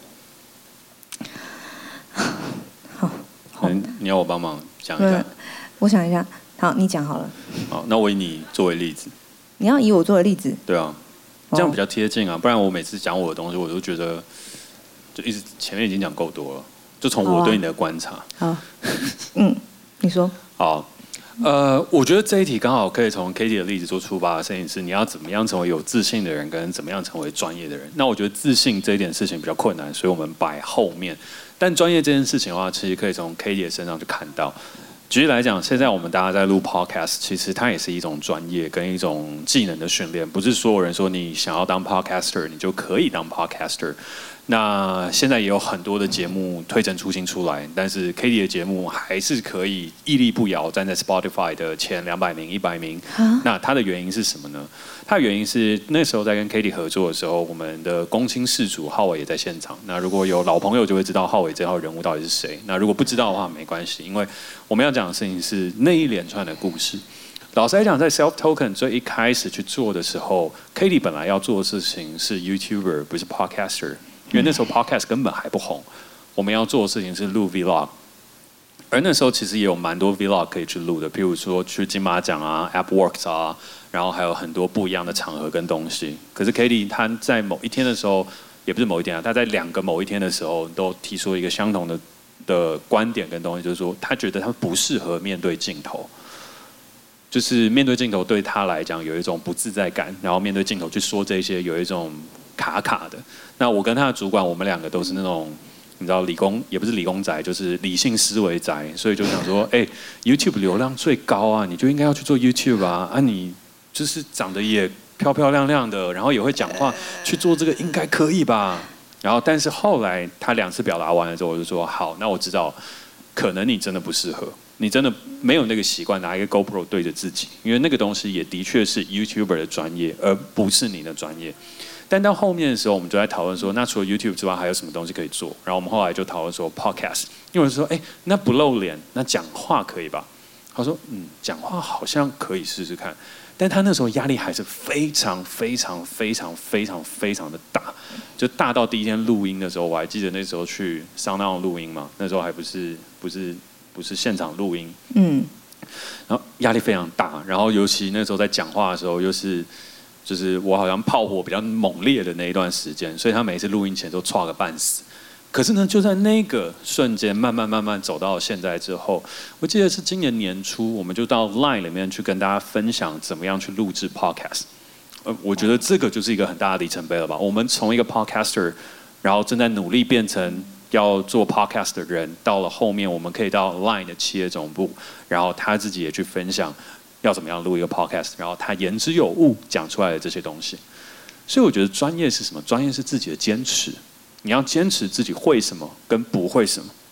好。
你要我帮忙讲一下？
我想一下，好，你讲好了。
好，那我以你作为例子。
你要以我作为例子？
对啊，这样比较贴近啊，不然我每次讲我的东西，我都觉得就一直前面已经讲够多了。就从我对你的观察。
好，你说。
好，我觉得这一题刚好可以从 Katie 的例子做出发的事情是，你要怎么样成为有自信的人，跟怎么样成为专业的人。那我觉得自信这一件事情比较困难，所以我们摆后面。但专业这件事情的话，其实可以从 Katie 的身上去看到。举例来讲，现在我们大家在录 podcast， 其实它也是一种专业跟一种技能的训练，不是所有人说你想要当 podcaster， 你就可以当 podcaster。那现在也有很多的节目推陈出新出来，但是 Katie 的节目还是可以屹立不摇，站在 Spotify 的前200名、100名。那它的原因是什么呢？它的原因是那时候在跟 Katie 合作的时候，我们的公亲事主浩伟也在现场。那如果有老朋友就会知道浩伟这号人物到底是谁。那如果不知道的话没关系，因为我们要讲的事情是那一连串的故事。老实来讲，在 Self Token 最一开始去做的时候 ，Katie 本来要做的事情是 YouTuber， 不是 Podcaster。因为那时候 podcast 根本还不红，我们要做的事情是录 vlog， 而那时候其实也有蛮多 vlog 可以去录的，譬如说去金马奖啊、AppWorks 啊，然后还有很多不一样的场合跟东西。可是 Katie 她在某一天的时候，也不是某一天啊，她在2个某一天的时候都提出一个相同的观点跟东西，就是说她觉得她不适合面对镜头。就是面对镜头对她来讲有一种不自在感，然后面对镜头去说这些有一种卡卡的。那我跟他的主管，我们2个都是那种你知道理工也不是理工宅，就是理性思维宅，所以就想说，YouTube 流量最高啊，你就应该要去做 YouTube 啊，你就是长得也漂漂亮亮的，然后也会讲话，去做这个应该可以吧？然后但是后来他2次表达完了之后，我就说好，那我知道，可能你真的不适合。你真的没有那个习惯拿一个 GoPro 对着自己，因为那个东西也的确是 YouTuber 的专业，而不是你的专业。但到后面的时候，我们就在讨论说，那除了 YouTube 之外，还有什么东西可以做？然后我们后来就讨论说 Podcast， 因为我说，那不露脸，那讲话可以吧？他说，讲话好像可以试试看。但他那时候压力还是非常非常非常非常非常的大，就大到第一天录音的时候，我还记得那时候去SoundOn录音嘛，那时候还不是现场录音，然后压力非常大，然后尤其那时候在讲话的时候，就是我好像炮火比较猛烈的那一段时间，所以他每一次录音前都唰个半死。可是呢，就在那个瞬间，慢慢走到现在之后，我记得是今年年初，我们就到 Line 里面去跟大家分享怎么样去录制 Podcast。我觉得这个就是一个很大的里程碑了吧？我们从一个 Podcaster， 然后正在努力变成要做 Podcast 的人，到了后面我们可以到 Line 的企业总部，然后他自己也去分享要怎么样录一个 Podcast， 然后他言之有物讲出来的这些东西。所以我觉得专业是什么？专业是自己的坚持。你要坚持自己会什么跟不会什么，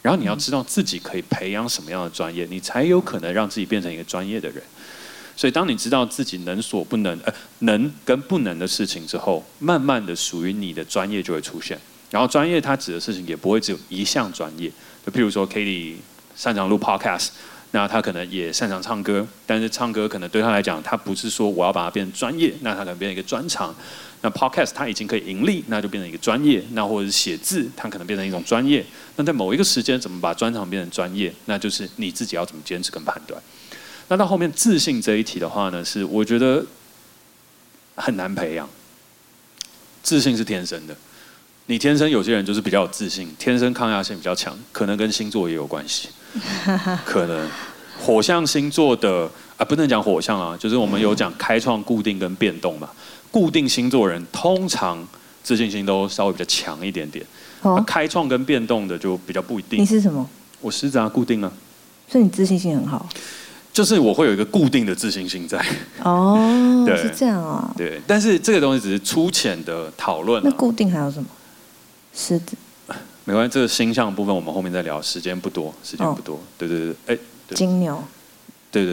然后你要知道自己可以培养什么样的专业，你才有可能让自己变成一个专业的人。所以当你知道自己能所不能，能跟不能的事情之后，慢慢的属于你的专业就会出现。然后专业它指的事情也不会只有一项专业，就譬如说 Katie 擅长录 podcast， 那他可能也擅长唱歌，但是唱歌可能对他来讲，他不是说我要把它变成专业，那他可能变成一个专长。那 podcast 它已经可以盈利，那就变成一个专业。那或者是写字，它可能变成一种专业。那在某一个时间怎么把专长变成专业，那就是你自己要怎么坚持跟判断。那到后面自信这一题的话呢，是我觉得很难培养。自信是天生的，你天生有些人就是比较有自信，天生抗压性比较强，可能跟星座也有关系。可能火象星座的不能讲火象啊，就是我们有讲开创、固定跟变动嘛。固定星座人通常自信心都稍微比较强一点点，开创跟变动的就比较不一定。
你是什么？
我狮子啊，固定啊。
所以你自信心很好。
就是我会有一个固定的自信心在。
哦，是这样啊。
对，但是这个东西只是粗浅的讨论。
那固定还有什么？狮子。
没关系，这个星象部分我们后面再聊，时间不多。对对对，对
金牛。对。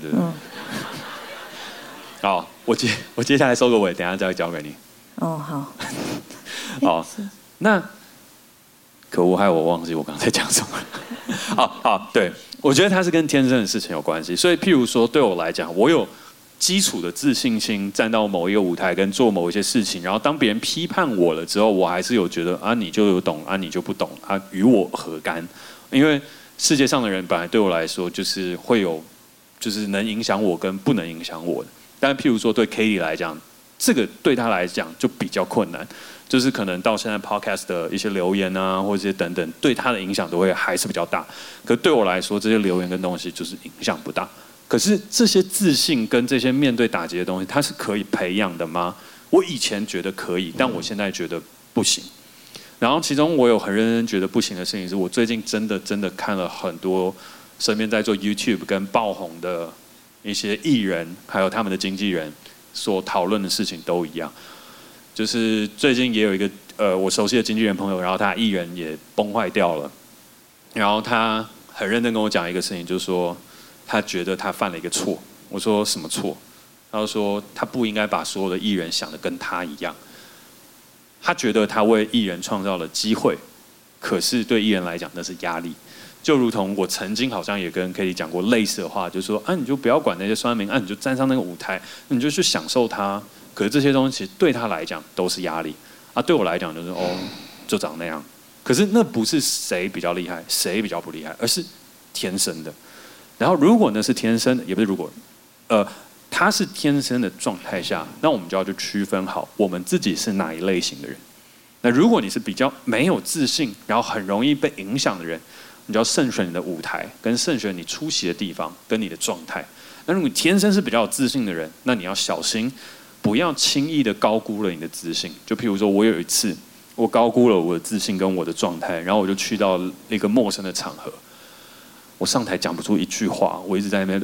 好，我接下来收个尾，等一下再交给你。
哦，好。
好，那可恶，害我忘记我刚才讲什么了。好，对，我觉得它是跟天生的事情有关系。所以，譬如说，对我来讲，我有基础的自信心，站到某一个舞台跟做某一些事情，然后当别人批判我了之后，我还是有觉得啊，你就有懂啊，你就不懂啊，与我何干？因为世界上的人本来对我来说，就是会有，就是能影响我跟不能影响我的。但譬如说对 Katie 来讲，这个对他来讲就比较困难，就是可能到现在 Podcast 的一些留言啊，或者这些等等，对他的影响都会还是比较大。可对我来说，这些留言跟东西就是影响不大。可是这些自信跟这些面对打击的东西，它是可以培养的吗？我以前觉得可以，但我现在觉得不行。然后其中我有很认真觉得不行的事情，是我最近真的看了很多身边在做 YouTube 跟爆红的一些艺人，还有他们的经纪人所讨论的事情都一样。就是最近也有一个我熟悉的经纪人朋友，然后他艺人也崩坏掉了，然后他很认真跟我讲一个事情，就是说他觉得他犯了一个错。我说什么错？他就说他不应该把所有的艺人想得跟他一样。他觉得他为艺人创造了机会，可是对艺人来讲那是压力。就如同我曾经好像也跟 Katie 讲过类似的话，就是说你就不要管那些酸民，你就站上那个舞台，你就去享受它。可是这些东西其实对他来讲都是压力啊，对我来讲就是就长那样。可是那不是谁比较厉害，谁比较不厉害，而是天生的。然后如果那是天生的，也不是如果，他是天生的状态下，那我们就要去区分好我们自己是哪一类型的人。那如果你是比较没有自信，然后很容易被影响的人，你就要慎选你的舞台，跟慎选你出席的地方，跟你的状态。那如果你天生是比较有自信的人，那你要小心，不要轻易的高估了你的自信。就譬如说，我有一次，我高估了我的自信跟我的状态，然后我就去到一个陌生的场合，我上台讲不出一句话，我一直在那边，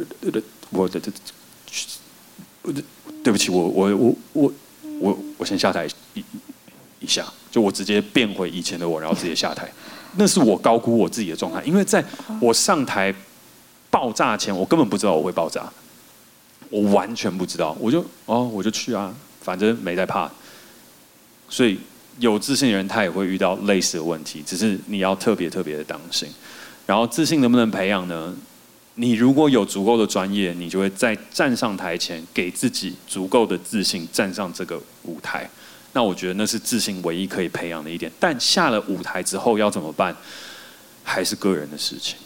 对不起，我先下台一下，就我直接变回以前的我，然后直接下台。那是我高估我自己的状态，因为在我上台爆炸前，我根本不知道我会爆炸，我完全不知道，我就去啊，反正没在怕。所以有自信的人他也会遇到类似的问题，只是你要特别的当心。然后自信能不能培养呢？你如果有足够的专业，你就会在站上台前给自己足够的自信，站上这个舞台。那我觉得那是自信唯一可以培养的一点。但下了舞台之后要怎么办，还是个人的事情。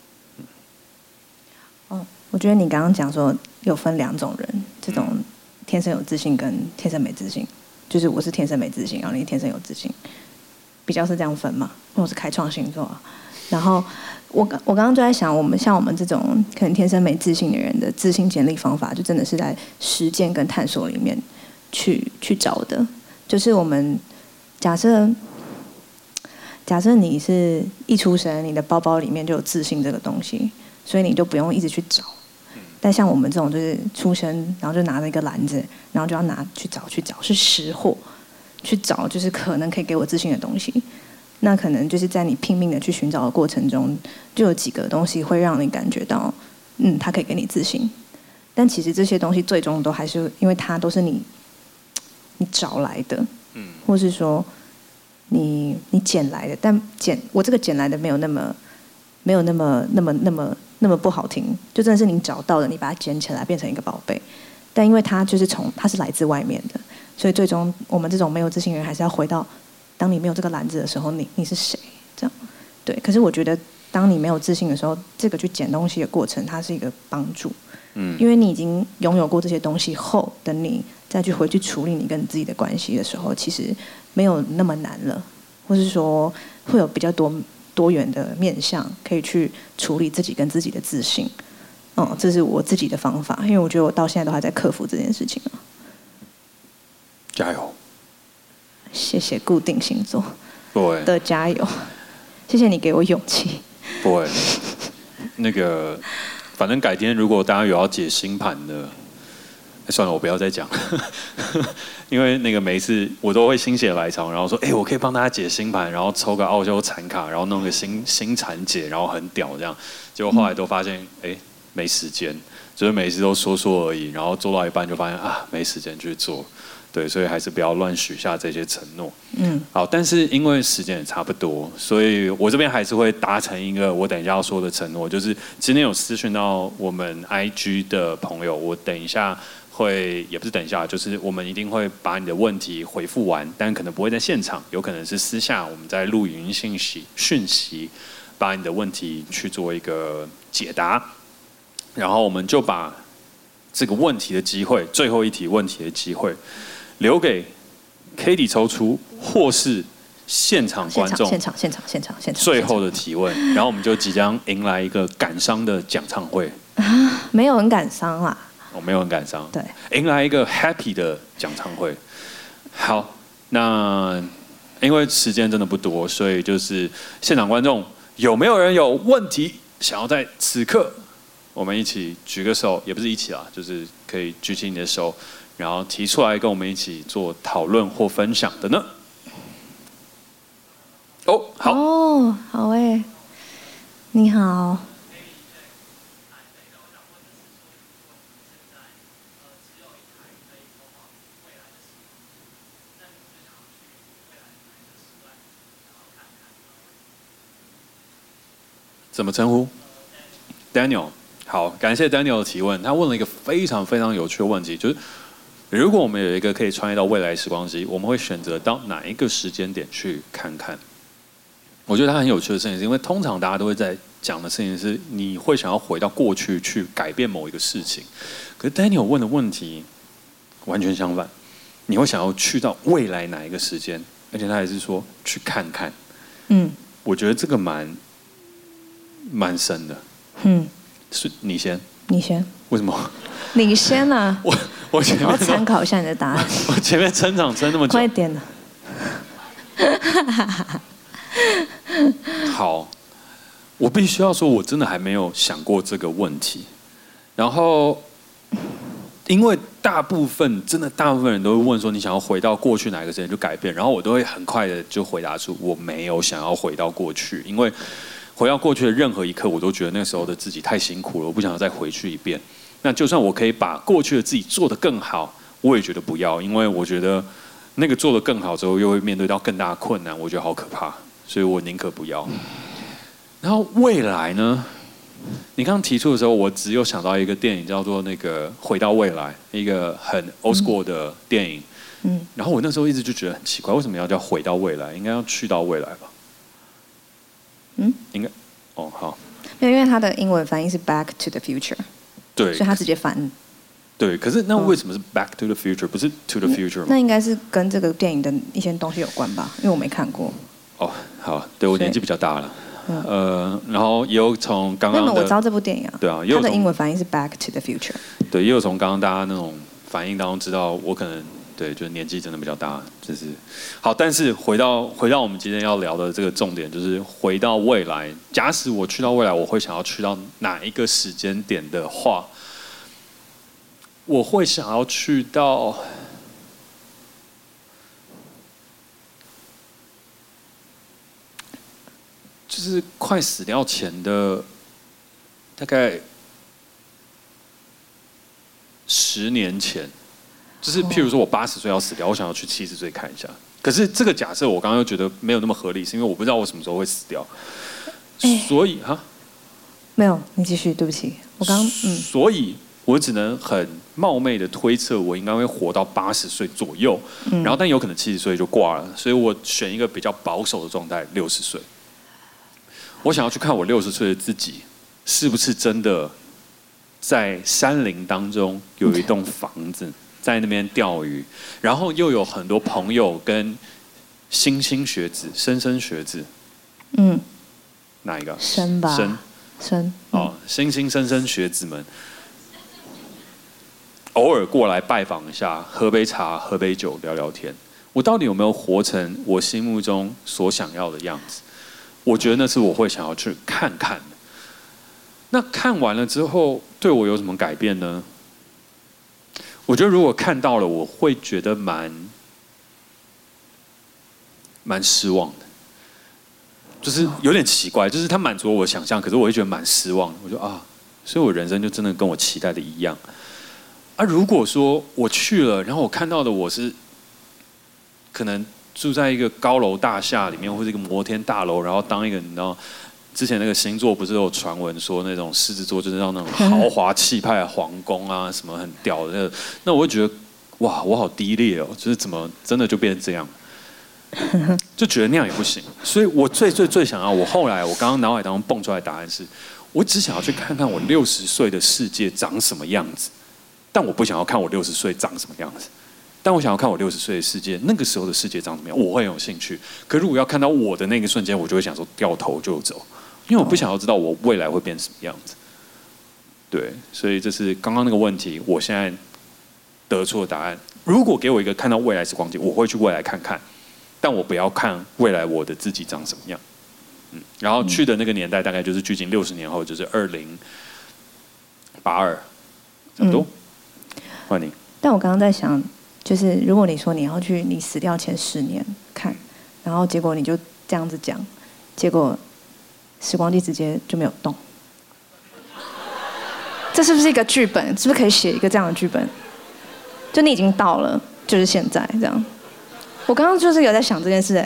我觉得你刚刚讲说有分两种人，这种天生有自信跟天生没自信，就是我是天生没自信，然后你天生有自信，比较是这样分嘛？因为我是开创星座啊。然后我刚刚就在想，我们这种可能天生没自信的人的自信建立方法，就真的是在实践跟探索里面去找的。就是我们假设你是一出生，你的包包里面就有自信这个东西，所以你就不用一直去找。但像我们这种就是出生，然后就拿着一个篮子，然后就要去找，是识货，去找就是可能可以给我自信的东西。 那可能就是在你拼命的去寻找的过程中，就有几个东西会让你感觉到，它可以给你自信。但其实这些东西最终都还是因为它都是你找来的，或是说你捡来的，但我这个捡来的没有那么不好听，就真的是你找到的，你把它捡起来变成一个宝贝。但因为它是来自外面的，所以最终我们这种没有自信的人还是要回到，当你没有这个篮子的时候，你是谁？这样，对。可是我觉得，当你没有自信的时候，这个去捡东西的过程，它是一个帮助。因为你已经拥有过这些东西后，等你再回去处理你跟你自己的关系的时候，其实没有那么难了，或是说会有比较多元的面向可以去处理自己跟自己的自信。这是我自己的方法，因为我觉得我到现在都还在克服这件事情。
加油！
谢谢固定星座
对
的加油，谢谢你给我勇气。
不会，那个，反正改天如果大家有要解星盘的，算了，我不要再讲了，因为那个每一次我都会心血来潮，然后说，我可以帮大家解星盘，然后抽个奥修禅卡，然后弄个星禅解，然后很屌这样，结果后来都发现，没时间，就是每次都说而已，然后做到一半就发现没时间去做，对，所以还是不要乱许下这些承诺。好，但是因为时间也差不多，所以我这边还是会达成一个我等一下要说的承诺，就是今天有私讯到我们 IG 的朋友，我等一下也不是等一下，就是我们一定会把你的问题回复完，但可能不会在现场，有可能是私下我们在录语音讯息，把你的问题去做一个解答。然后我们就把这个问题的机会，最后一题问题的机会，留给 Katie 抽出，或是现场观众
现场
最后的提问，然后我们就即将迎来一个感伤的讲唱会。
没有很感伤啦，
我没有很感伤，
对，
迎来一个 happy 的讲唱会。好，那因为时间真的不多，所以就是现场观众有没有人有问题想要在此刻？我们一起举个手，也不是一起啦，就是可以举起你的手，然后提出来跟我们一起做讨论或分享的呢？好。
好你好。
怎么称呼 ？Daniel。好，感谢 Daniel 的提问。他问了一个非常非常有趣的问题，就是如果我们有一个可以穿越到未来时光机，我们会选择到哪一个时间点去看看？我觉得它很有趣的事情，是因为通常大家都会在讲的事情是，你会想要回到过去去改变某一个事情。可是 Daniel 问的问题完全相反，你会想要去到未来哪一个时间？而且他还是说去看看。我觉得这个蛮深的。是你先。
你先。
为什么？
你先啊！
我前面
要参考一下你的答案。
我前面撑场撑那么久。
快点啊！
好，我必须要说，我真的还没有想过这个问题。然后，因为大部分人都会问说，你想要回到过去哪一个时间就改变，然后我都会很快的就回答出，我没有想要回到过去，因为回到过去的任何一刻，我都觉得那时候的自己太辛苦了，我不想要再回去一遍。那就算我可以把过去的自己做得更好，我也觉得不要，因为我觉得那个做得更好之后，又会面对到更大的困难，我觉得好可怕，所以我宁可不要。然后未来呢？你刚刚提出的时候，我只有想到一个电影，叫做那个《回到未来》，一个很 old school 的电影。然后我那时候一直就觉得很奇怪，为什么要叫回到未来？应该要去到未来吧？应该好。
因为它的英文翻译是 Back to the Future，
对，
所以它直接翻。
对，可是那为什么是 Back to the Future， 不是 To the Future 吗？
那应该是跟这个电影的一些东西有关吧？因为我没看过。
好，对我年纪比较大了。然后也有从刚刚的，
我知道这部电影啊，
对啊，
它的英文翻译是 Back to the Future。
对，也有从刚刚大家那种反应当中知道，我可能对，就是年纪真的比较大，就是好。但是回到我们今天要聊的这个重点，就是回到未来。假使我去到未来，我会想要去到哪一个时间点的话，我会想要去到。 就是快死掉前的大概10年前，就是譬如说我80岁要死掉，我想要去70岁看一下。可是这个假设我刚刚又觉得没有那么合理，是因为我不知道我什么时候会死掉，所以
没有，你继续，对不起，我刚
所以我只能很冒昧的推测，我应该会活到80岁左右，然后但有可能70岁就挂了，所以我选一个比较保守的状态，60岁。我想要去看我60岁的自己，是不是真的在山林当中有一栋房子，在那边钓鱼，然后又有很多朋友跟莘莘学子、莘莘学子，哪一个？
生吧，生
哦，莘莘学子们，偶尔过来拜访一下，喝杯茶、喝杯酒、聊聊天。我到底有没有活成我心目中所想要的样子？我觉得那是我会想要去看看的。那看完了之后，对我有什么改变呢？我觉得如果看到了，我会觉得蛮失望的，就是有点奇怪，就是它满足了我想象，可是我会觉得蛮失望的。我就所以我人生就真的跟我期待的一样。如果说我去了，然后我看到的我是可能住在一个高楼大厦里面，或者一个摩天大楼，然后当一个你知道，之前那个星座不是有传闻说那种狮子座就是要那种豪华气派的皇宫啊，什么很屌的那我会觉得哇，我好低劣哦，就是怎么真的就变成这样，就觉得那样也不行。所以我最想要，我刚刚脑海当中蹦出来的答案是，我只想要去看看我60岁的世界长什么样子，但我不想要看我60岁长什么样子。但我想要看我60岁的世界，那个时候的世界长怎么样，我会很有兴趣。可如果要看到我的那个瞬间，我就会想说掉头就走，因为我不想要知道我未来会变成什么样子。对，所以这是刚刚那个问题，我现在得出的答案。如果给我一个看到未来时光机，我会去未来看看，但我不要看未来我的自己长什么样。然后去的那个年代大概就是距今60年后，就是2082，差不多。换你。
但我刚刚在想。就是如果你说你要去你死掉前10年看，然后结果你就这样子讲，结果时光机直接就没有动，这是不是一个剧本？是不是可以写一个这样的剧本？就你已经到了，就是现在这样。我刚刚就是有在想这件事，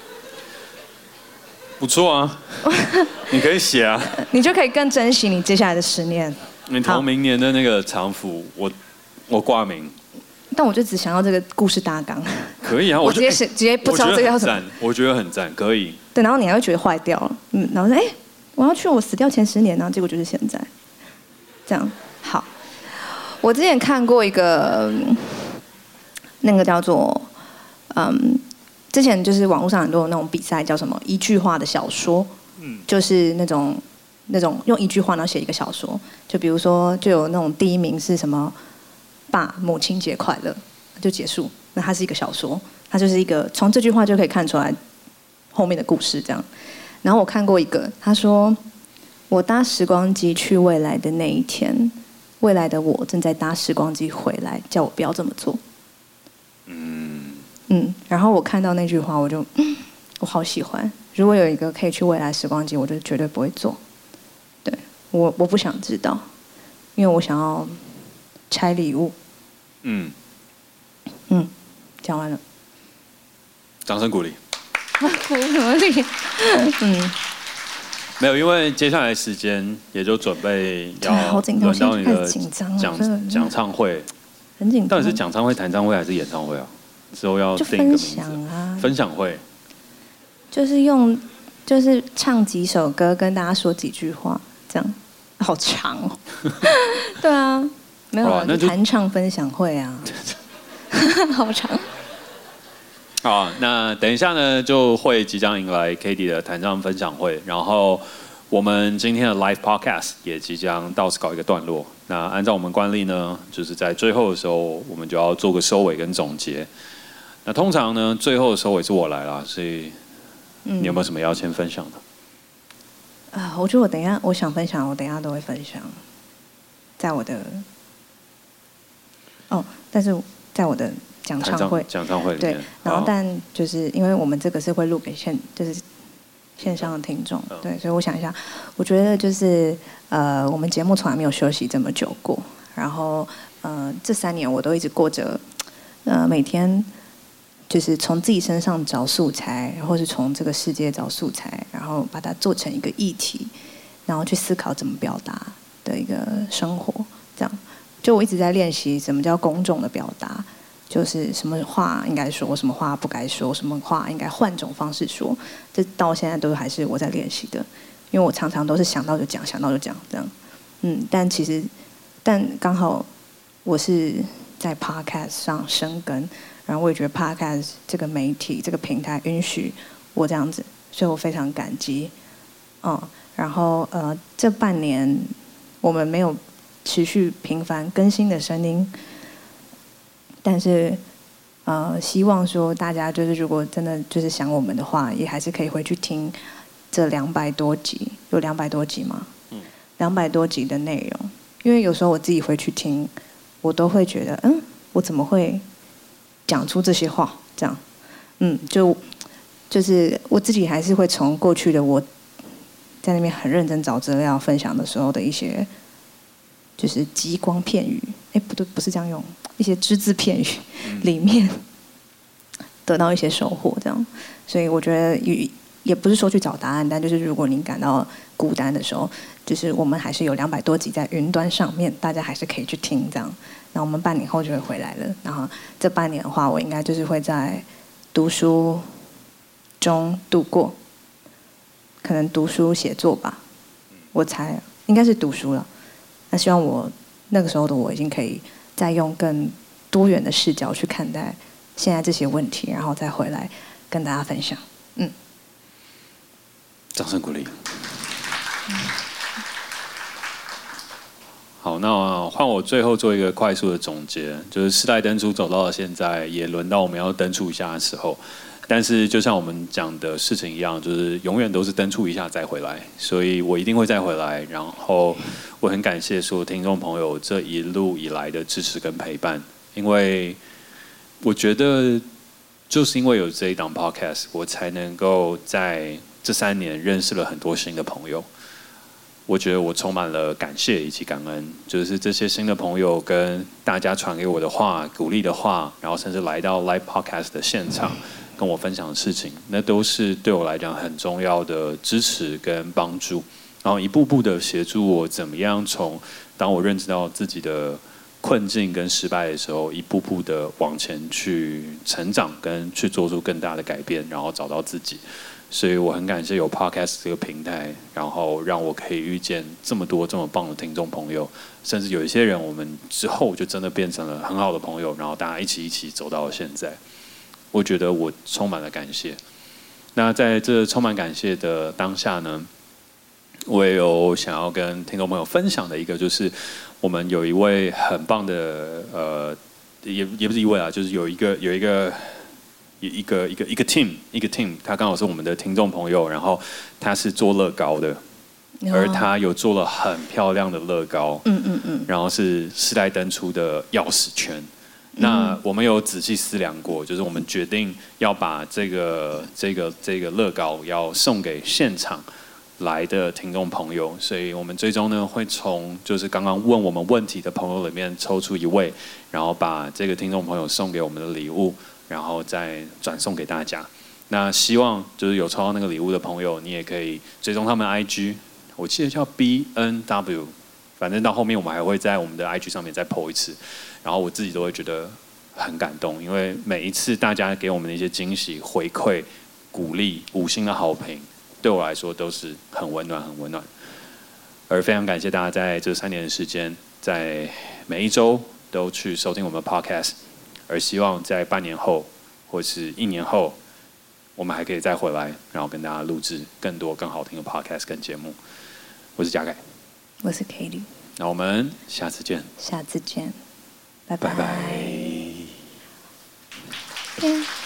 不错啊，你可以写啊，
你就可以更珍惜你接下来的10年。
你投明年的那个常服，我挂名。
但我就只想要这个故事大纲。
可以啊，
我直接不知道这个要什么。
我觉得很赞，可以。
对，然后你还会觉得坏掉了，然后说我要去我死掉前10年，然后结果就是现在，这样好。我之前看过一个那个叫做之前就是网络上很多那种比赛，叫什么一句话的小说，就是那种用一句话然后写一个小说，就比如说就有那种第1名是什么。爸，母亲节快乐，就结束。那它是一个小说，它就是一个从这句话就可以看出来后面的故事这样。然后我看过一个，他说：“我搭时光机去未来的那一天，未来的我正在搭时光机回来，叫我不要这么做。”然后我看到那句话，我好喜欢。如果有一个可以去未来时光机，我就绝对不会做。对，我不想知道，因为我想要。拆礼物。讲完了。
掌声鼓励。
鼓什么励？
没有，因为接下来时间也就准备要轮到你的讲唱会。
很紧张。
到底是讲唱会、弹唱会还是演唱会啊？之后要定一个名字。分享会。
就是唱几首歌，跟大家说几句话，这样。好长哦。对啊。没有那就弹唱分享会啊，好长。
好，那等一下呢，就会即将迎来 Katie 的弹唱分享会，然后我们今天的 Live Podcast 也即将到此告一个段落。那按照我们惯例呢，就是在最后的时候，我们就要做个收尾跟总结。那通常呢，最后的收尾是我来啦，所以你有没有什么要先分享的？
我觉得我想分享，我等一下都会分享，在我的。但是在我的讲唱会
里面，
对，然后但就是因为我们这个是会录给就是线上的听众。对，所以我想一下，我觉得就是我们节目从来没有休息这么久过，然后这3年我都一直过着每天就是从自己身上找素材，或是从这个世界找素材，然后把它做成一个议题，然后去思考怎么表达的一个生活。这样，就我一直在练习什么叫公众的表达。就是什么话应该说，什么话不该说，什么话应该换种方式说，这到现在都还是我在练习的，因为我常常都是想到就讲，想到就讲这样，但刚好我是在 podcast 上生根，然后我也觉得 podcast 这个媒体这个平台允许我这样子，所以我非常感激，然后这半年我们没有持续频繁更新的声音。但是，希望说大家就是如果真的就是想我们的话，也还是可以回去听这200多集，有200多集吗？200多集的内容，因为有时候我自己回去听，我都会觉得，我怎么会讲出这些话？这样，就是我自己还是会从过去的我在那边很认真找资料分享的时候的一些，就是极光片语，不对，不是这样用。一些只字片语里面得到一些收获，这样，所以我觉得也不是说去找答案，但就是如果您感到孤单的时候，就是我们还是有200多集在云端上面，大家还是可以去听这样。那我们半年后就会回来了，然后这半年的话，我应该就是会在读书中度过，可能读书写作吧，我猜应该是读书了。那希望我那个时候的我已经可以。再用更多元的视角去看待现在这些问题，然后再回来跟大家分享。
掌声鼓励。好，那换我最后做一个快速的总结，就是世代登出走到了现在，也轮到我们要登出一下的时候。但是就像我们讲的事情一样，就是永远都是登出一下再回来，所以我一定会再回来。然后我很感谢所有听众朋友这一路以来的支持跟陪伴，因为我觉得就是因为有这一档 podcast， 我才能够在这3年认识了很多新的朋友。我觉得我充满了感谢以及感恩，就是这些新的朋友跟大家传给我的话、鼓励的话，然后甚至来到 live podcast 的现场。跟我分享的事情，那都是对我来讲很重要的支持跟帮助，然后一步步的协助我怎么样从当我认知到自己的困境跟失败的时候，一步步的往前去成长跟去做出更大的改变，然后找到自己。所以我很感谢有 Podcast 这个平台，然后让我可以遇见这么多这么棒的听众朋友，甚至有一些人我们之后就真的变成了很好的朋友，然后大家一起走到了现在。我觉得我充满了感谢。那在这充满感谢的当下呢，我也有想要跟听众朋友分享的一个，就是我们有一位很棒的也不是一位啊，就是有一个 team，他刚好是我们的听众朋友，然后他是做乐高的，而他有做了很漂亮的乐高，然后是世代登出的钥匙圈。那我们有仔细思量过，就是我们决定要把这个乐高要送给现场来的听众朋友，所以我们最终呢会从就是刚刚问我们问题的朋友里面抽出1位，然后把这个听众朋友送给我们的礼物，然后再转送给大家。那希望就是有抽到那个礼物的朋友，你也可以追踪他们的 IG， 我记得叫 BNW， 反正到后面我们还会在我们的 IG 上面再 po 一次。然后我自己都会觉得很感动，因为每一次大家给我们的一些惊喜、回馈、鼓励、5星的好评，对我来说都是很温暖、很温暖。而非常感谢大家在这3年的时间，在每一周都去收听我们的 podcast， 而希望在半年后或是1年后，我们还可以再回来，然后跟大家录制更多更好听的 podcast 跟节目。我是嘉凯，
我是 Katie，
那我们下次见。
下次见。拜
拜拜。